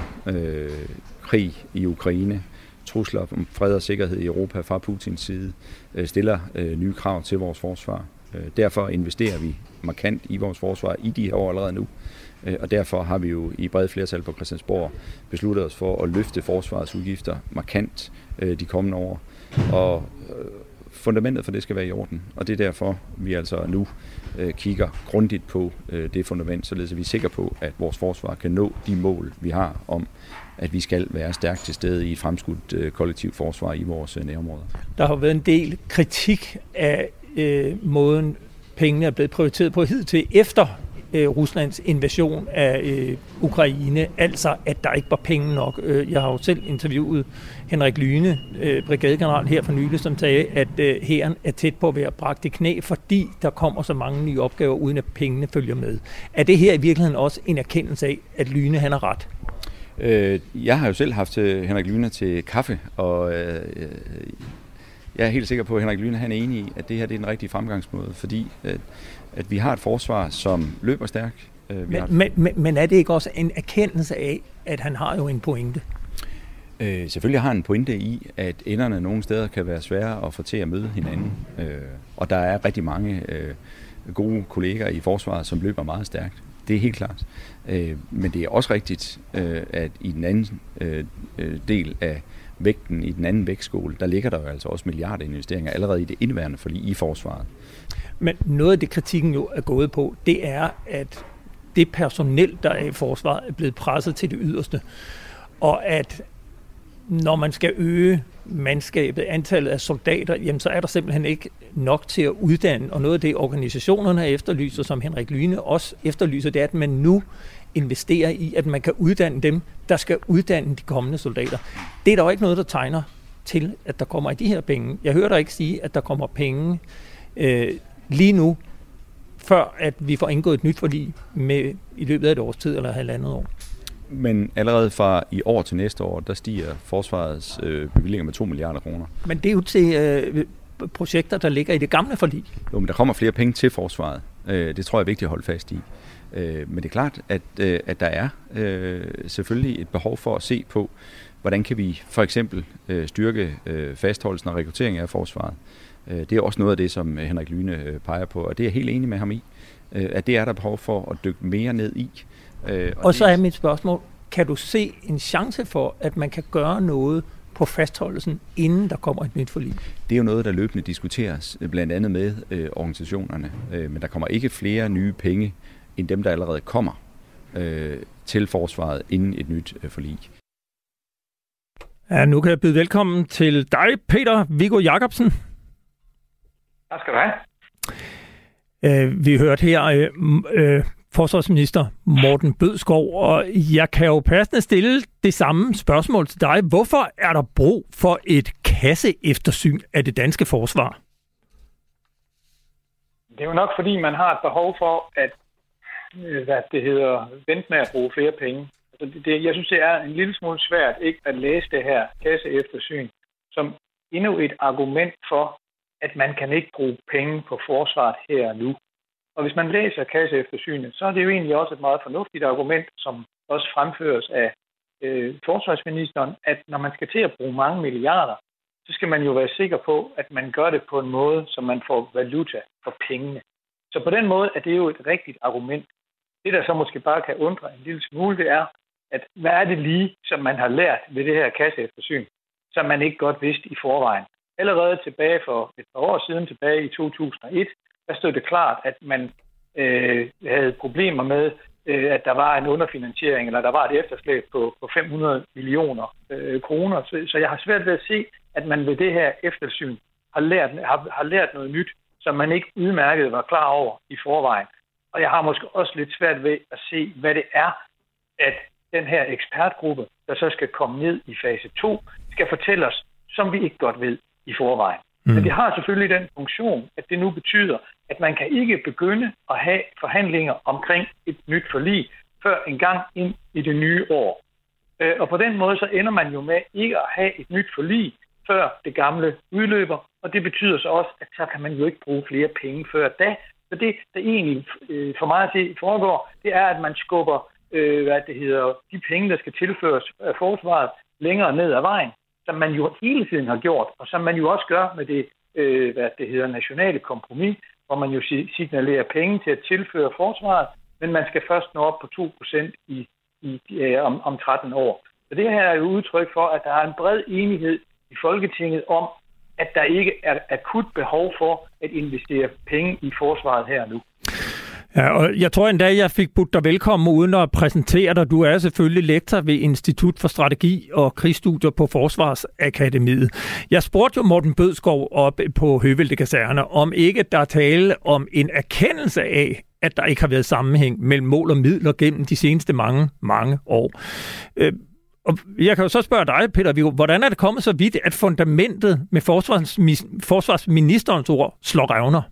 krig i Ukraine, trusler om fred og sikkerhed i Europa fra Putins side, stiller nye krav til vores forsvar. Derfor investerer vi markant i vores forsvar i de her år allerede nu. Og derfor har vi jo i bredt flertal på Christiansborg besluttet os for at løfte forsvarets udgifter markant de kommende år. Og fundamentet for det skal være i orden. Og det er derfor, vi altså nu kigger grundigt på det fundament, således at vi er sikre på, at vores forsvar kan nå de mål, vi har om, at vi skal være stærkt til stede i et fremskudt kollektivt forsvar i vores nærområder. Der har været en del kritik af øh, måden, pengene er blevet prioriteret på hidtil efter øh, Ruslands invasion af øh, Ukraine. Altså, at der ikke var penge nok. Jeg har jo selv interviewet Henrik Lyhne, øh, brigadegeneral her for nylig, som sagde, at øh, hæren er tæt på at være bragt i knæ, fordi der kommer så mange nye opgaver, uden at pengene følger med. Er det her i virkeligheden også en erkendelse af, at Lyhne han har ret? Jeg har jo selv haft Henrik Lyhne til kaffe, og jeg er helt sikker på, at Henrik Lyhne han er enig i, at det her det er den rigtige fremgangsmåde, fordi at, at vi har et forsvar, som løber stærkt. Men, men, men er det ikke også en erkendelse af, at han har jo en pointe? Øh, selvfølgelig har han en pointe i, at enderne nogle steder kan være svære at få til at møde hinanden, øh, og der er rigtig mange øh, gode kolleger i forsvaret, som løber meget stærkt. Det er helt klart. Øh, men det er også rigtigt, øh, at i den anden øh, del af vægten, i den anden vægtskål, der ligger der jo altså også milliardinvesteringer allerede i det indværende forlig i forsvaret. Men noget af det kritikken jo er gået på, det er, at det personel, der er i forsvaret, er blevet presset til det yderste. Og at når man skal øge mandskabet, antallet af soldater, jamen så er der simpelthen ikke nok til at uddanne. Og noget af det, organisationerne efterlyser, som Henrik Lyhne også efterlyser, det er, at man nu investerer i, at man kan uddanne dem, der skal uddanne de kommende soldater. Det er der jo ikke noget, der tegner til, at der kommer i de her penge. Jeg hører dig ikke sige, at der kommer penge øh, lige nu, før at vi får indgået et nyt forlig med, i løbet af et års tid eller halvandet år. Men allerede fra i år til næste år, der stiger forsvarets øh, bevillinger med to milliarder kroner. Men det er jo til øh, projekter, der ligger i det gamle forlig. Jo, men der kommer flere penge til forsvaret. Øh, det tror jeg er vigtigt at holde fast i. Øh, men det er klart, at, øh, at der er øh, selvfølgelig et behov for at se på, hvordan kan vi for eksempel øh, styrke øh, fastholdelsen og rekrutteringen af forsvaret. Øh, det er også noget af det, som Henrik Lyhne øh, peger på, og det er jeg helt enig med ham i, øh, at det er der behov for at dykke mere ned i. Øh, og, og så er mit spørgsmål, kan du se en chance for, at man kan gøre noget på fastholdelsen, inden der kommer et nyt forlig? Det er jo noget, der løbende diskuteres, blandt andet med øh, organisationerne, øh, men der kommer ikke flere nye penge, end dem, der allerede kommer øh, til forsvaret, inden et nyt øh, forlig. Ja, nu kan jeg byde velkommen til dig, Peter Viggo Jacobsen. Tak skal du have. Øh, vi hørte her øh, øh, forsvarsminister Morten Bødskov, og jeg kan jo passende stille det samme spørgsmål til dig. Hvorfor er der brug for et kasseeftersyn af det danske forsvar? Det er jo nok, fordi man har et behov for, at hvad det hedder, vente med at bruge flere penge. Altså det, det, jeg synes, det er en lille smule svært ikke at læse det her kasseeftersyn som endnu et argument for, at man kan ikke bruge penge på forsvaret her og nu. Og hvis man læser kasseeftersynet, så er det jo egentlig også et meget fornuftigt argument, som også fremføres af øh, forsvarsministeren, at når man skal til at bruge mange milliarder, så skal man jo være sikker på, at man gør det på en måde, så man får valuta for pengene. Så på den måde er det jo et rigtigt argument. Det, der så måske bare kan undre en lille smule, det er, at hvad er det lige, som man har lært ved det her kasseeftersyn, som man ikke godt vidste i forvejen. Allerede tilbage for et par år siden, tilbage i to tusind og et, der stod det klart, at man øh, havde problemer med, øh, at der var en underfinansiering, eller der var et efterslæb på, på fem hundrede millioner øh, kroner. Så, så jeg har svært ved at se, at man ved det her eftersyn har lært, har, har lært noget nyt, som man ikke udmærket var klar over i forvejen. Og jeg har måske også lidt svært ved at se, hvad det er, at den her ekspertgruppe, der så skal komme ned i fase to, skal fortælle os, som vi ikke godt ved i forvejen. Mm. Men det har selvfølgelig den funktion, at det nu betyder, at man kan ikke begynde at have forhandlinger omkring et nyt forlig, før en gang ind i det nye år. Og på den måde så ender man jo med ikke at have et nyt forlig, før det gamle udløber, og det betyder så også, at så kan man jo ikke bruge flere penge før da. Så det, der egentlig øh, for mig at se foregår, det er, at man skubber øh, hvad det hedder, de penge, der skal tilføres af forsvaret, længere ned ad vejen, som man jo hele tiden har gjort, og som man jo også gør med det, øh, hvad det hedder, nationale kompromis, hvor man jo signalerer penge til at tilføre forsvaret, men man skal først nå op på to procent i, i, øh, om, om tretten år. Så det her er jo udtryk for, at der er en bred enighed i Folketinget om, at der ikke er akut behov for at investere penge i forsvaret her nu. Ja, og jeg tror endda, jeg fik budt dig velkommen uden at præsentere dig. Du er selvfølgelig lektor ved Institut for Strategi og Krigsstudier på Forsvarsakademiet. Jeg spurgte jo Morten Bødskov op på Høvelte Kaserne, om ikke der er tale om en erkendelse af, at der ikke har været sammenhæng mellem mål og midler gennem de seneste mange, mange år. Øh, Og jeg kan jo så spørge dig, Peter Viggo, hvordan er det kommet så vidt, at fundamentet med forsvarsmi- forsvarsministerens ord slår revner?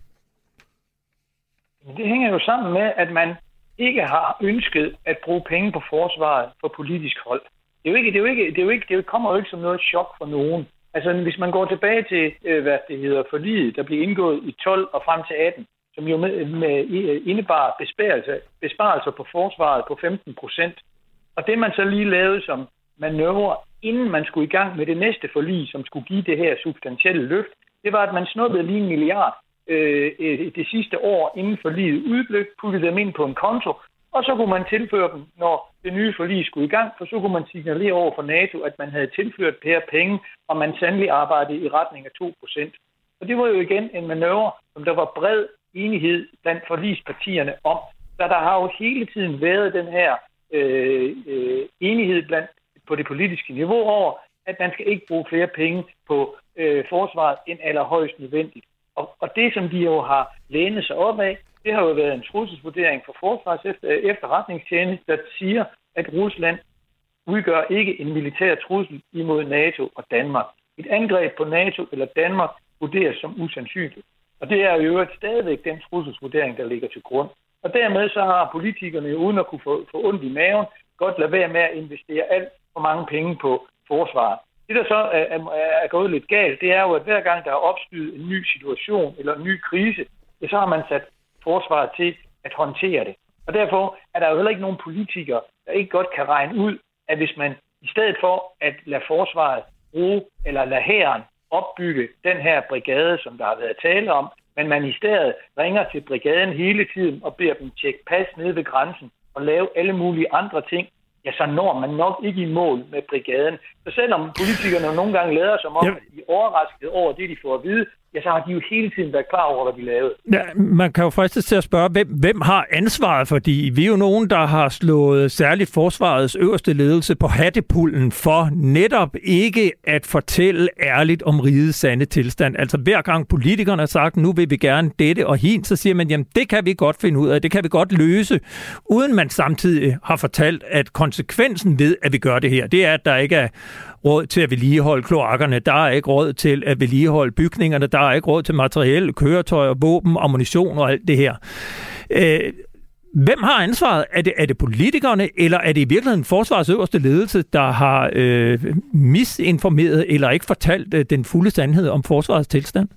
Det hænger jo sammen med, at man ikke har ønsket at bruge penge på forsvaret for politisk hold. Det er jo ikke, det er jo ikke, det er jo ikke, det kommer jo ikke som noget chok for nogen. Altså, hvis man går tilbage til, hvad det hedder, forliget, der blev indgået i tolv og frem til atten, som jo med, med indebar besparelser, besparelser på forsvaret på femten procent. Og det man så lige lavede som manøvre, inden man skulle i gang med det næste forlig, som skulle give det her substantielle løft, det var, at man snuppede lige en milliard øh, det sidste år, inden forliget udløb, puttede dem ind på en konto, og så kunne man tilføre dem, når det nye forlig skulle i gang, for så kunne man signalere over for NATO, at man havde tilført flere penge, og man sandelig arbejdede i retning af to procent. Og det var jo igen en manøvre, som der var bred enighed blandt forligspartierne om, så der har jo hele tiden været den her øh, øh, enighed blandt på det politiske niveau over, at man skal ikke bruge flere penge på øh, forsvaret end allerhøjst nødvendigt. Og, og det, som de jo har lænet sig op af, det har jo været en trusselsvurdering for forsvars efter, efterretningstjeneste, der siger, at Rusland udgør ikke en militær trussel imod NATO og Danmark. Et angreb på NATO eller Danmark vurderes som usandsynligt. Og det er jo stadigvæk den trusselsvurdering, der ligger til grund. Og dermed så har politikerne, uden at kunne få, få ondt i maven, godt lade være med at investere alt for mange penge på forsvaret. Det, der så er, er, er gået lidt galt, det er jo, at hver gang der er opstået en ny situation eller en ny krise, så har man sat forsvaret til at håndtere det. Og derfor er der jo heller ikke nogen politikere, der ikke godt kan regne ud, at hvis man i stedet for at lade forsvaret bruge eller lade hæren opbygge den her brigade, som der har været tale om, men man i stedet ringer til brigaden hele tiden og beder dem tjekke pas nede ved grænsen og lave alle mulige andre ting, ja, så når man nok ikke i mål med brigaden. Så selvom politikerne nogle gange lader som om, at de er overrasket over det, de får at vide, ja, så har de jo hele tiden været klar over, hvad de lavede. Ja, man kan jo fristes til at spørge, hvem, hvem har ansvaret, fordi vi er jo nogen, der har slået særligt forsvarets øverste ledelse på hattepullen for netop ikke at fortælle ærligt om rigets sande tilstand. Altså hver gang politikerne har sagt, nu vil vi gerne dette og hin, så siger man, jamen det kan vi godt finde ud af, det kan vi godt løse, uden man samtidig har fortalt, at konsekvensen ved, at vi gør det her, det er, at der ikke er råd til at vedligeholde kloakkerne, der er ikke råd til at vedligeholde bygningerne, der er ikke råd til materiel, køretøjer, våben, ammunition og alt det her. Øh, hvem har ansvaret? Er det, er det politikerne, eller er det i virkeligheden forsvarets øverste ledelse, der har øh, misinformeret eller ikke fortalt øh, den fulde sandhed om forsvarets tilstand?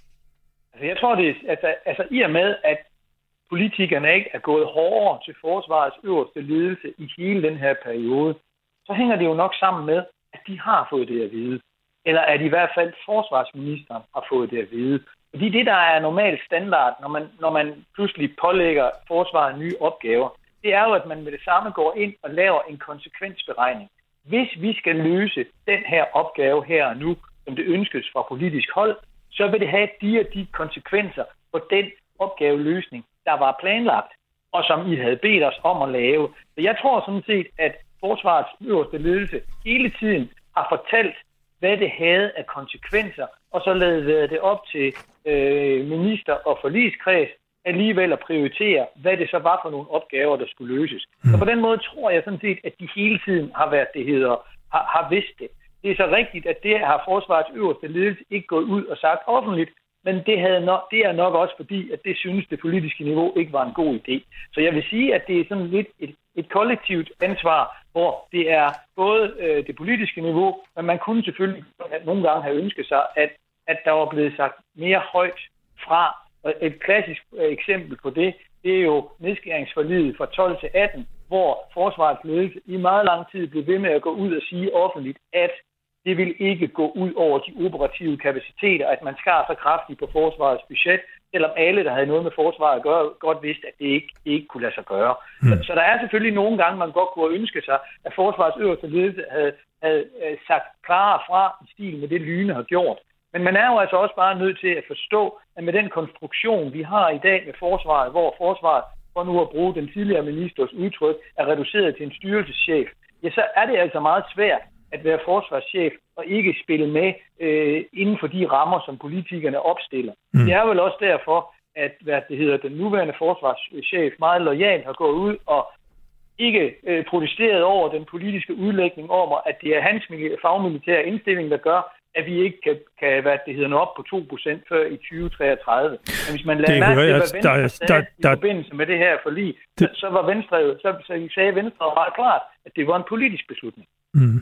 Altså, jeg tror, det er, altså, altså i og med, at politikerne ikke er gået hårdere til forsvarets øverste ledelse i hele den her periode, så hænger det jo nok sammen med, at de har fået det at vide. Eller at i hvert fald forsvarsministeren har fået det at vide. Fordi det, der er normal standard, når man, når man pludselig pålægger forsvaret nye opgaver, det er jo, at man med det samme går ind og laver en konsekvensberegning. Hvis vi skal løse den her opgave her og nu, som det ønskes fra politisk hold, så vil det have de og de konsekvenser på den opgaveløsning, der var planlagt, og som I havde bedt os om at lave. Så jeg tror sådan set, at forsvarets øverste ledelse hele tiden har fortalt, hvad det havde af konsekvenser, og så ladet det op til øh, minister og forligskreds alligevel at prioritere, hvad det så var for nogle opgaver, der skulle løses. Mm. Så på den måde tror jeg sådan set, at de hele tiden har været det hedder, har, har vidst det. Det er så rigtigt, at det har forsvarets øverste ledelse ikke gået ud og sagt offentligt, men det, havde nok, det er nok også fordi, at det synes det politiske niveau ikke var en god idé. Så jeg vil sige, at det er sådan lidt et, et kollektivt ansvar, hvor det er både øh, det politiske niveau, men man kunne selvfølgelig nogle gange have ønsket sig, at, at der var blevet sagt mere højt fra. Og et klassisk øh, eksempel på det, det er jo nedskæringsforliget fra tolv til atten, hvor forsvarets ledelse i meget lang tid blev ved med at gå ud og sige offentligt, at det vil ikke gå ud over de operative kapaciteter, at man skar så kraftigt på forsvarets budget, selvom alle, der havde noget med forsvaret at gøre, godt vidste, at det ikke, det ikke kunne lade sig gøre. Mm. Så, så der er selvfølgelig nogle gange, man godt kunne ønske sig, at forsvarets øverste ledelse havde, havde sagt klarere fra i stil med det, Lyne har gjort. Men man er jo altså også bare nødt til at forstå, at med den konstruktion, vi har i dag med forsvaret, hvor forsvaret, for nu at bruge den tidligere ministers udtryk, er reduceret til en styrelseschef, ja, så er det altså meget svært at være forsvarschef og ikke spille med øh, inden for de rammer, som politikerne opstiller. Mm. Det er vel også derfor, at hvad det hedder, den nuværende forsvarschef meget loyalt har gået ud og ikke øh, protesteret over den politiske udlægning om, at det er hans fagmilitære indstilling, der gør, at vi ikke kan, kan hvad det hedder, nå op på to procent før i tyve treogtredive. Men hvis man lader mærke til, hvad Venstre der, sagde der, der, i forbindelse med det her forlig, det, så, så, var Venstre, så, så sagde Venstre meget klart, at det var en politisk beslutning. Mm.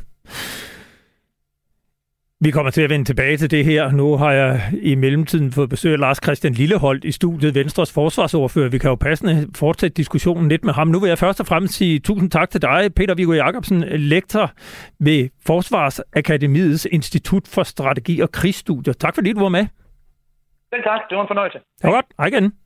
Vi kommer til at vende tilbage til det her. Nu har jeg i mellemtiden fået besøg af Lars Christian Lilleholt i studiet, Venstres forsvarsordfører. Vi kan jo passende fortsætte diskussionen lidt med ham. Nu vil jeg først og fremmest sige tusind tak til dig, Peter Viggo Jacobsen, lektor ved Forsvarsakademiets Institut for Strategi og Krigsstudier. Tak fordi du var med. Selv tak, det var en fornøjelse. Det var godt. Hej igen.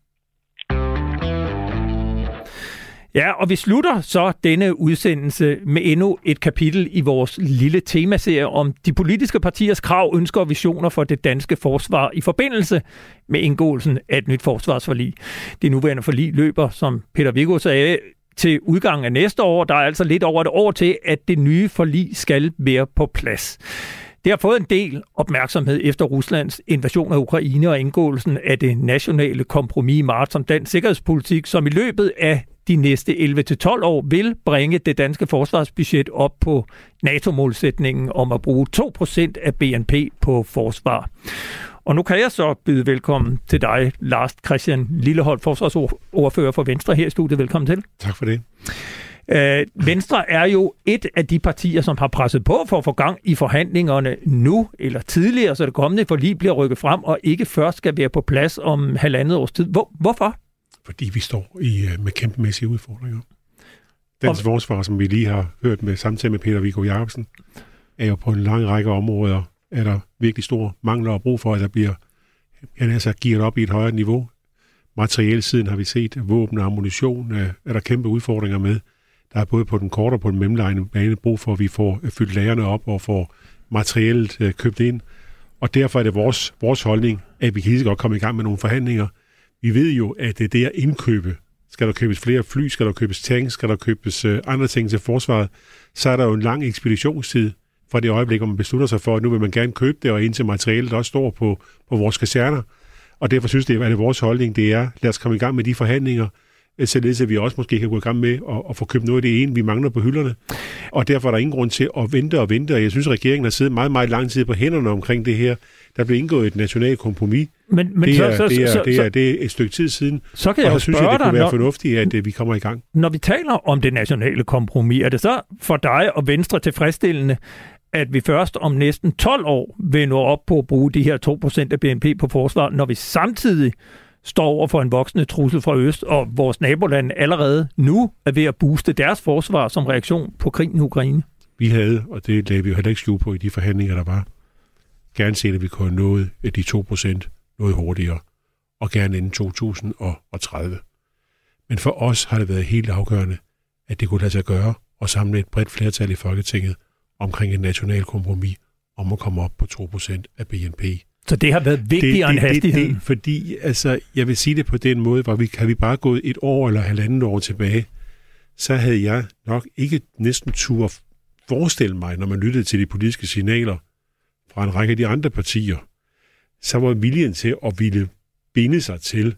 Ja, og vi slutter så denne udsendelse med endnu et kapitel i vores lille temaserie om de politiske partiers krav, ønsker og visioner for det danske forsvar i forbindelse med indgåelsen af et nyt forsvarsforlig. Det nuværende forlig løber, som Peter Viggo sagde, til udgangen af næste år. Der er altså lidt over et år til, at det nye forlig skal være på plads. Det har fået en del opmærksomhed efter Ruslands invasion af Ukraine og indgåelsen af det nationale kompromis i marts om dansk sikkerhedspolitik, som i løbet af de næste elleve til tolv år vil bringe det danske forsvarsbudget op på NATO-målsætningen om at bruge to procent af B N P på forsvar. Og nu kan jeg så byde velkommen til dig, Lars Christian Lilleholt, forsvarsordfører for Venstre her i studiet. Velkommen til. Tak for det. Uh, Venstre er jo et af de partier, som har presset på for at få gang i forhandlingerne nu eller tidligere, så det kommende forlig bliver rykket frem og ikke først skal være på plads om halvandet års tid. Hvor, hvorfor? Fordi vi står i, med kæmpemæssige udfordringer. Dansk forsvar, som vi lige har hørt med samtale med Peter Viggo Jacobsen, er jo på en lang række områder, er der virkelig store mangler og brug for, at der bliver altså, gearet op i et højere niveau. Materielle siden har vi set våben og ammunition, er der kæmpe udfordringer med. Der er både på den korte og på den mellemlejende bane brug for, at vi får fyldt lagerne op og får materielt købt ind. Og derfor er det vores, vores holdning, at vi kan lige så godt komme i gang med nogle forhandlinger. Vi ved jo, at det er det at indkøbe. Skal der købes flere fly, skal der købes tanks, skal der købes øh, andre ting til forsvaret, så er der jo en lang ekspeditionstid fra det øjeblik, hvor man beslutter sig for, at nu vil man gerne købe det, og indtil materialet også står på, på vores kaserner. Og derfor synes jeg, at det vores holdning, det er, lad os komme i gang med de forhandlinger, således at vi også måske kan gå i gang med at, at få købt noget af det ene, vi mangler på hylderne. Og derfor er der ingen grund til at vente og vente, og jeg synes, at regeringen har siddet meget, meget lang tid på hænderne omkring det her. Der blev indgået et nationalt kompromis. Men, men det, så, er, så, det, er, så, det, så, er, det er et stykke tid siden, så kan og jeg så synes jeg, det kunne være når, fornuftigt, at vi kommer i gang. Når vi taler om det nationale kompromis, er det så for dig og Venstre tilfredsstillende, at vi først om næsten tolv år vil nå op på at bruge de her to procent af B N P på forsvar, når vi samtidig står over for en voksende trussel fra øst, og vores nabolande allerede nu er ved at booste deres forsvar som reaktion på krigen i Ukraine? Vi havde, og det lagde vi jo heller ikke skjul på i de forhandlinger, der var, gerne set, at vi kunne have nået de to procent noget hurtigere, og gerne inden to tusind og tredive. Men for os har det været helt afgørende, at det kunne lade sig gøre og samle et bredt flertal i Folketinget omkring et national kompromis om at komme op på to procent af B N P. Så det har været vigtigere end hastigheden? Det, det, fordi, altså, jeg vil sige det på den måde, hvor vi, kan vi bare gået et år eller halvandet år tilbage, så havde jeg nok ikke næsten tur forestille mig, når man lyttede til de politiske signaler fra en række af de andre partier, så var viljen til at ville binde sig til,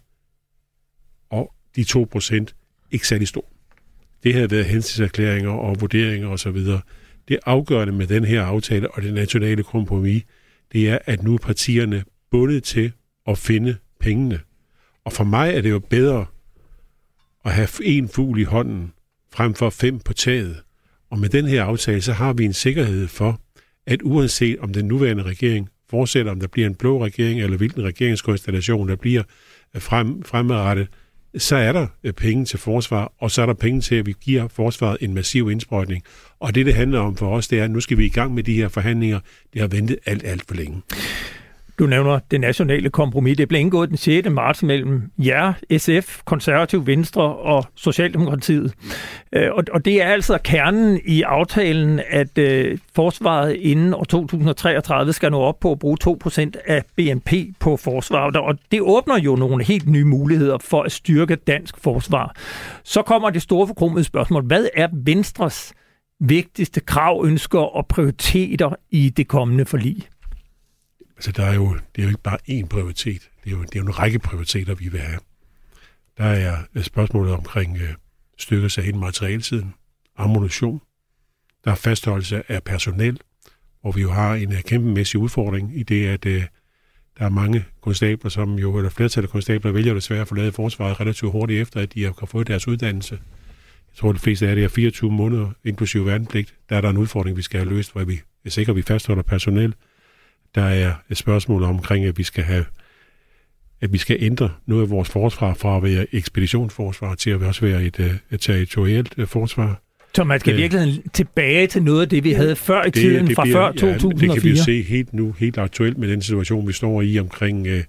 og de to procent ikke særlig stor. Det havde været hensigtserklæringer og vurderinger osv. Det afgørende med den her aftale og det nationale kompromis, det er, at nu er partierne bundet til at finde pengene. Og for mig er det jo bedre at have en fugl i hånden, frem for fem på taget. Og med den her aftale, så har vi en sikkerhed for, at uanset om den nuværende regering fortsætter, om der bliver en blå regering, eller hvilken regeringskonstellation der bliver frem, fremadrettet, så er der penge til forsvar, og så er der penge til, at vi giver forsvaret en massiv indsprøjtning. Og det, det handler om for os, det er, at nu skal vi i gang med de her forhandlinger. Det har ventet alt, alt for længe. Du nævner det nationale kompromis. Det blev indgået den sjette marts mellem jer, S F, Konservativ Venstre og Socialdemokratiet. Og det er altså kernen i aftalen, at forsvaret inden år to tusind og treogtredive skal nå op på at bruge to procent af B N P på forsvaret. Og det åbner jo nogle helt nye muligheder for at styrke dansk forsvar. Så kommer det store forkromede spørgsmål. Hvad er Venstres vigtigste krav, ønsker og prioriteter i det kommende forlig? Altså, der er jo, det er jo ikke bare én prioritet. Det er jo, det er jo en række prioriteter, vi vil have. Der er spørgsmålet omkring øh, styrkelse af hele materialsiden, ammunition. Der er fastholdelse af personel, hvor vi jo har en kæmpemæssig udfordring i det, at øh, der er mange konstabler, som jo, eller flertal af konstabler, vælger desværre at forlade forsvaret relativt hurtigt efter, at de har fået deres uddannelse. Jeg tror, at de fleste af det er fireogtyve måneder, inklusive værnepligt. Der er der en udfordring, vi skal have løst, hvor vi er sikre, at vi fastholder personel. Der er et spørgsmål omkring, at vi skal have, at vi skal ændre noget af vores forsvar fra at være ekspeditionsforsvar til at også være et, et territorielt forsvar. Så man skal virkelig tilbage til noget af det, vi havde før i tiden, det, det fra bliver, før to tusind og fire? Ja, det kan vi se helt nu, helt aktuelt med den situation, vi står i omkring øh,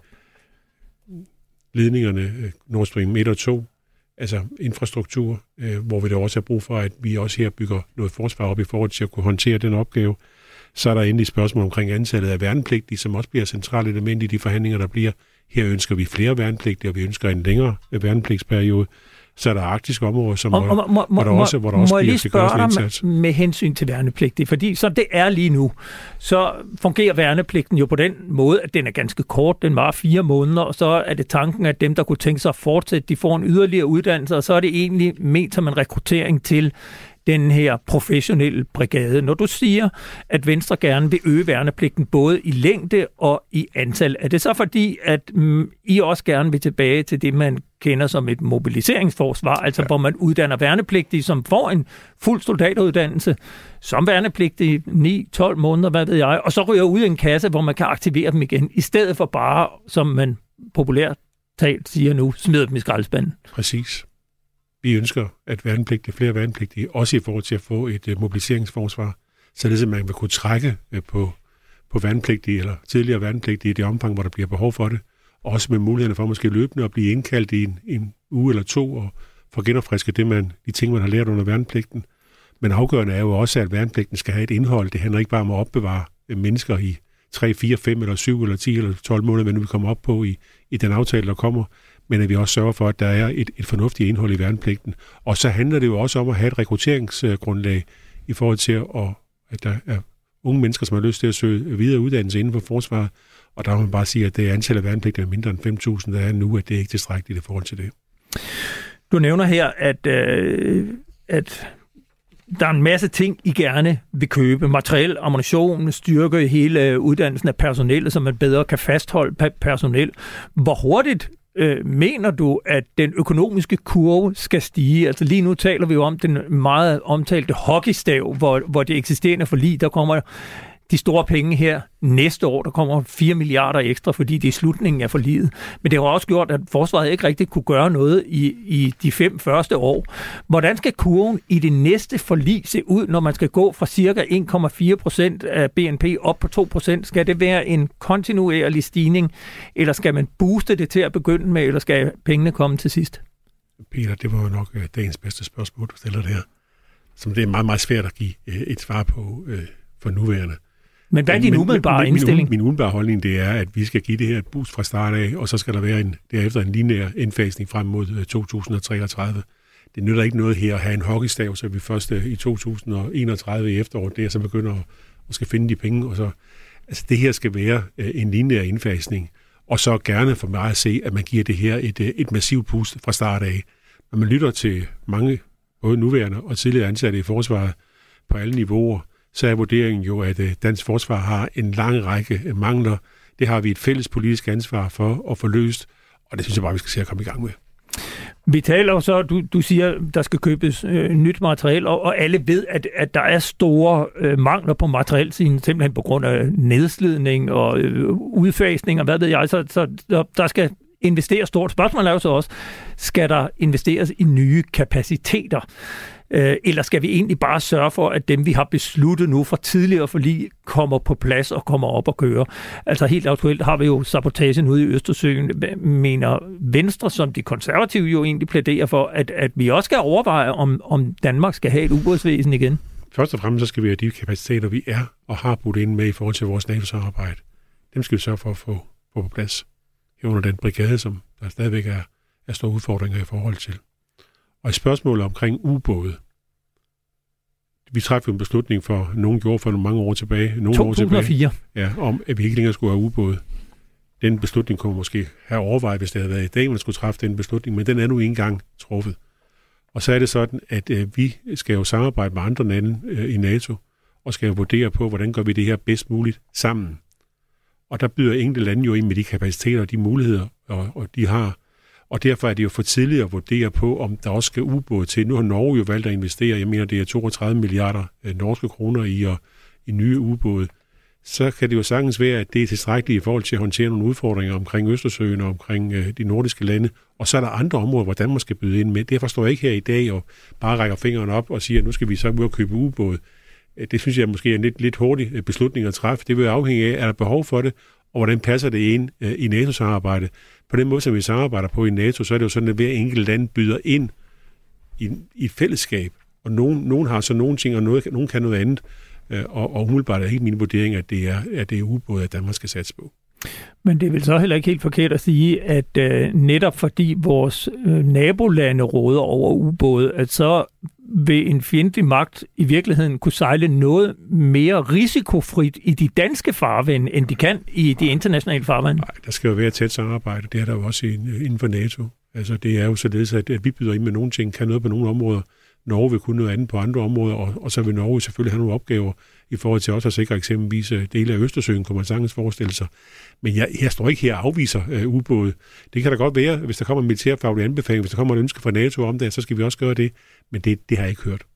ledningerne Nord Stream et og to, altså infrastruktur, øh, hvor vi da også har brug for, at vi også her bygger noget forsvar op i forhold til at kunne håndtere den opgave. Så er der endelig spørgsmål omkring antallet af værnepligtige, som også bliver et centralt element i de forhandlinger, der bliver. Her ønsker vi flere værnepligtige, og vi ønsker en længere værnepligtsperiode. Så er der arktiske områder, som og, må, må, hvor der også, hvor der også bliver til indsats. Må jeg lige spørge dig med hensyn til værnepligtige? Fordi som det er lige nu, så fungerer værnepligten jo på den måde, at den er ganske kort. Den varer fire måneder, og så er det tanken, at dem, der kunne tænke sig at fortsætte, de får en yderligere uddannelse, og så er det egentlig ment som en rekruttering til den her professionelle brigade. Når du siger, at Venstre gerne vil øge værnepligten både i længde og i antal, er det så fordi, at mm, I også gerne vil tilbage til det, man kender som et mobiliseringsforsvar, altså ja. Hvor man uddanner værnepligtige, som får en fuld soldatuddannelse, som værnepligtige ni tolv måneder, hvad ved jeg, og så ryger ud i en kasse, hvor man kan aktivere dem igen, i stedet for bare, som man populært talt siger nu, smider dem i skraldespanden. Præcis. Vi ønsker, at værnepligtige, flere værnepligtige, også i forhold til at få et uh, mobiliseringsforsvar, således at man vil kunne trække uh, på, på værnepligtige eller tidligere værnepligtige i det omfang, hvor der bliver behov for det. Også med mulighederne for måske løbende at blive indkaldt i en, en uge eller to og få genopfrisket det, man, de ting, man har lært under værnepligten. Men afgørende er jo også, at værnepligten skal have et indhold. Det handler ikke bare om at opbevare mennesker i tre, fire, fem eller syv eller ti eller tolv måneder, hvad nu vi kommer op på i, i den aftale, der kommer, men at vi også sørger for, at der er et, et fornuftigt indhold i værnepligten. Og så handler det jo også om at have et rekrutteringsgrundlag i forhold til, at, at der er unge mennesker, som har lyst til at søge videre uddannelse inden for forsvaret, og der må man bare sige, at det antal af værnepligter er mindre end fem tusind, der er nu, at det er ikke tilstrækkeligt i forhold til det. Du nævner her, at, øh, at der er en masse ting, I gerne vil købe. Materiel, ammunition, styrke hele uddannelsen af personel, så man bedre kan fastholde personel. Hvor hurtigt øh, mener du, at den økonomiske kurve skal stige? Altså lige nu taler vi jo om den meget omtalte hockeystav, hvor, hvor det eksisterende forlig, der kommer de store penge her næste år. Der kommer fire milliarder ekstra, fordi det er slutningen af forliget. Men det har også gjort, at forsvaret ikke rigtig kunne gøre noget i, i de fem første år. Hvordan skal kurven i det næste forlig se ud, når man skal gå fra cirka en komma fire procent af B N P op på to procent? Skal det være en kontinuerlig stigning, eller skal man booste det til at begynde med, eller skal pengene komme til sidst? Peter, det var jo nok dagens bedste spørgsmål, du stiller det her. Som det er meget, meget svært at give et svar på øh, for nuværende. Men hvad er din umiddelbare indstilling? Min, min umiddelbare holdning, det er, at vi skal give det her et boost fra start af, og så skal der være en, derefter en lineær indfasning frem mod to tusind og treogtredive. Det nytter ikke noget her at have en hockeystav, så vi først i to tusind og enogtredive i efteråret, der så begynder at, at skal finde de penge. Og så, altså det her skal være en lineær indfasning, og så gerne for mig at se, at man giver det her et, et massivt boost fra start af. Når man lytter til mange, både nuværende og tidligere ansatte i forsvaret på alle niveauer, så er vurderingen jo, at dansk forsvar har en lang række mangler. Det har vi et fælles politisk ansvar for at få løst, og det synes jeg bare, vi skal se at komme i gang med. Vi taler jo så, du, du siger, der skal købes øh, nyt materiel, og, og alle ved, at, at der er store øh, mangler på materielsiden, simpelthen på grund af nedslidning og øh, udfasning, og hvad ved jeg, så, så der, der skal investeres stort. Spørgsmålet er jo så også, skal der investeres i nye kapaciteter? Eller skal vi egentlig bare sørge for, at dem, vi har besluttet nu fra tidligere forlig, kommer på plads og kommer op og kører? Altså helt aktuelt har vi jo sabotagen ude i Østersøen. Mener Venstre, som de konservative jo egentlig plæderer for, at, at vi også skal overveje, om, om Danmark skal have et ubådsvæsen igen? Først og fremmest så skal vi have de kapaciteter, vi er og har budt ind med i forhold til vores NATO-samarbejde. Dem skal vi sørge for at få, få på plads. Under den brigade, som der stadigvæk er, er store udfordringer i forhold til. Og i spørgsmålet omkring ubåde. Vi træffede en beslutning for, nogen gjorde for nogle mange år tilbage, nogle to tusind og fire. År tilbage, ja, om at vi ikke længere skulle have ubåde. Den beslutning kunne man måske have overvejet, hvis det havde været i dag, man skulle træffe den beslutning, men den er nu ikke engang truffet. Og så er det sådan, at øh, vi skal jo samarbejde med andre lande øh, i NATO, og skal jo vurdere på, hvordan gør vi det her bedst muligt sammen. Og der byder enkelte lande jo ind med de kapaciteter og de muligheder, og, og de har. Og derfor er det jo for tidligt at vurdere på, om der også skal ubåde til. Nu har Norge jo valgt at investere, jeg mener, det er toogtredive milliarder øh, norske kroner i, og, i nye ubåde. Så kan det jo sagtens være, at det er tilstrækkeligt i forhold til at håndtere nogle udfordringer omkring Østersøen og omkring øh, de nordiske lande. Og så er der andre områder, hvor Danmark skal byde ind med. Derfor står jeg ikke her i dag og bare rækker fingeren op og siger, at nu skal vi så ud og købe ubåde. Det synes jeg måske er en lidt, lidt hurtig beslutning at træffe. Det vil afhænge af, er der behov for det, og hvordan passer det ind øh, i NATO-samarbejde. På den måde, som vi samarbejder på i NATO, så er det jo sådan, at hver enkelt land byder ind i, i et fællesskab. Og nogen, nogen har så nogle ting, og noget, nogen kan noget andet. Øh, og, og umiddelbart er ikke min vurdering, at det er, at det er ubåde, at Danmark skal satse på. Men det er vel så heller ikke helt forkert at sige, at øh, netop fordi vores øh, nabolande råder over ubåde, at så vil en fjendtlig magt i virkeligheden kunne sejle noget mere risikofrit i de danske farvande, end de kan i de internationale farvande? Nej, der skal jo være et tæt samarbejde. Det er der jo også inden for NATO. Altså, det er jo således, at vi byder ind med nogle ting, kan noget på nogle områder. Norge vil kunne noget andet på andre områder, og, og så vil Norge selvfølgelig have nogle opgaver i forhold til også at sikre eksempelvis dele af Østersøen, kunne man sagtens forestille sig. Men jeg, jeg står ikke her og afviser uh, ubåde. Det kan da godt være, hvis der kommer en militærfaglig anbefaling, hvis der kommer et ønske fra NATO om det, så skal vi også gøre det. Men det, det har jeg ikke hørt.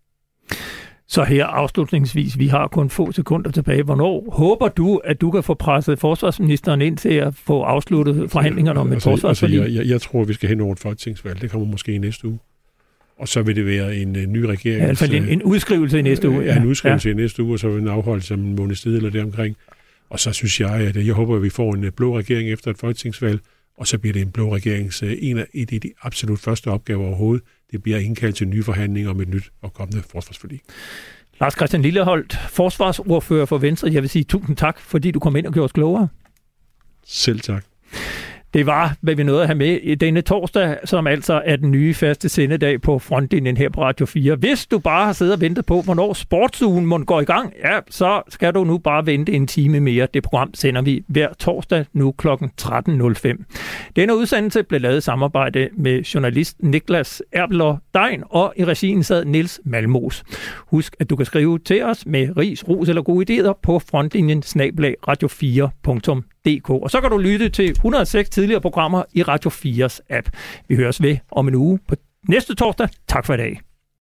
Så her afslutningsvis, vi har kun få sekunder tilbage. Hvornår håber du, at du kan få presset forsvarsministeren ind til at få afsluttet forhandlingerne om et altså, forsvarsforlig? Altså, jeg, jeg tror, vi skal hen over et folketingsvalg. Det kommer måske i næste uge. Og så vil det være en uh, ny regering. Ja, altså en, en udskrivelse i næste uge. Ja, ja en udskrivelse ja. i næste uge, og så en afholdelse om en måneds tid eller deromkring. Og så synes jeg, at jeg håber, at vi får en blå regering efter et folketingsvalg, og så bliver det en blå regerings en af de, de absolut første opgaver overhovedet. Det bliver indkaldt til nye forhandlinger om et nyt og kommende forsvarsforlig. Lars Christian Lilleholt, forsvarsordfører for Venstre. Jeg vil sige tusind tak, fordi du kom ind og gjorde os klogere. Selv tak. Det var, hvad vi nåede at have med i denne torsdag, som altså er den nye faste sendedag på Frontlinjen her på Radio fire. Hvis du bare har siddet og ventet på, hvornår sportsugen må gå i gang, ja, så skal du nu bare vente en time mere. Det program sender vi hver torsdag nu klokken tretten nul fem. Denne udsendelse blev lavet i samarbejde med journalist Niklas Erbler Dein, og i regien sad Niels Malmos. Husk, at du kan skrive til os med ris, ros eller gode idéer på frontlinjen snabel-a radio fire punktum d k. Og så kan du lytte til et hundrede og seks tidligere programmer i Radio fires app. Vi høres ved om en uge på næste torsdag. Tak for i dag.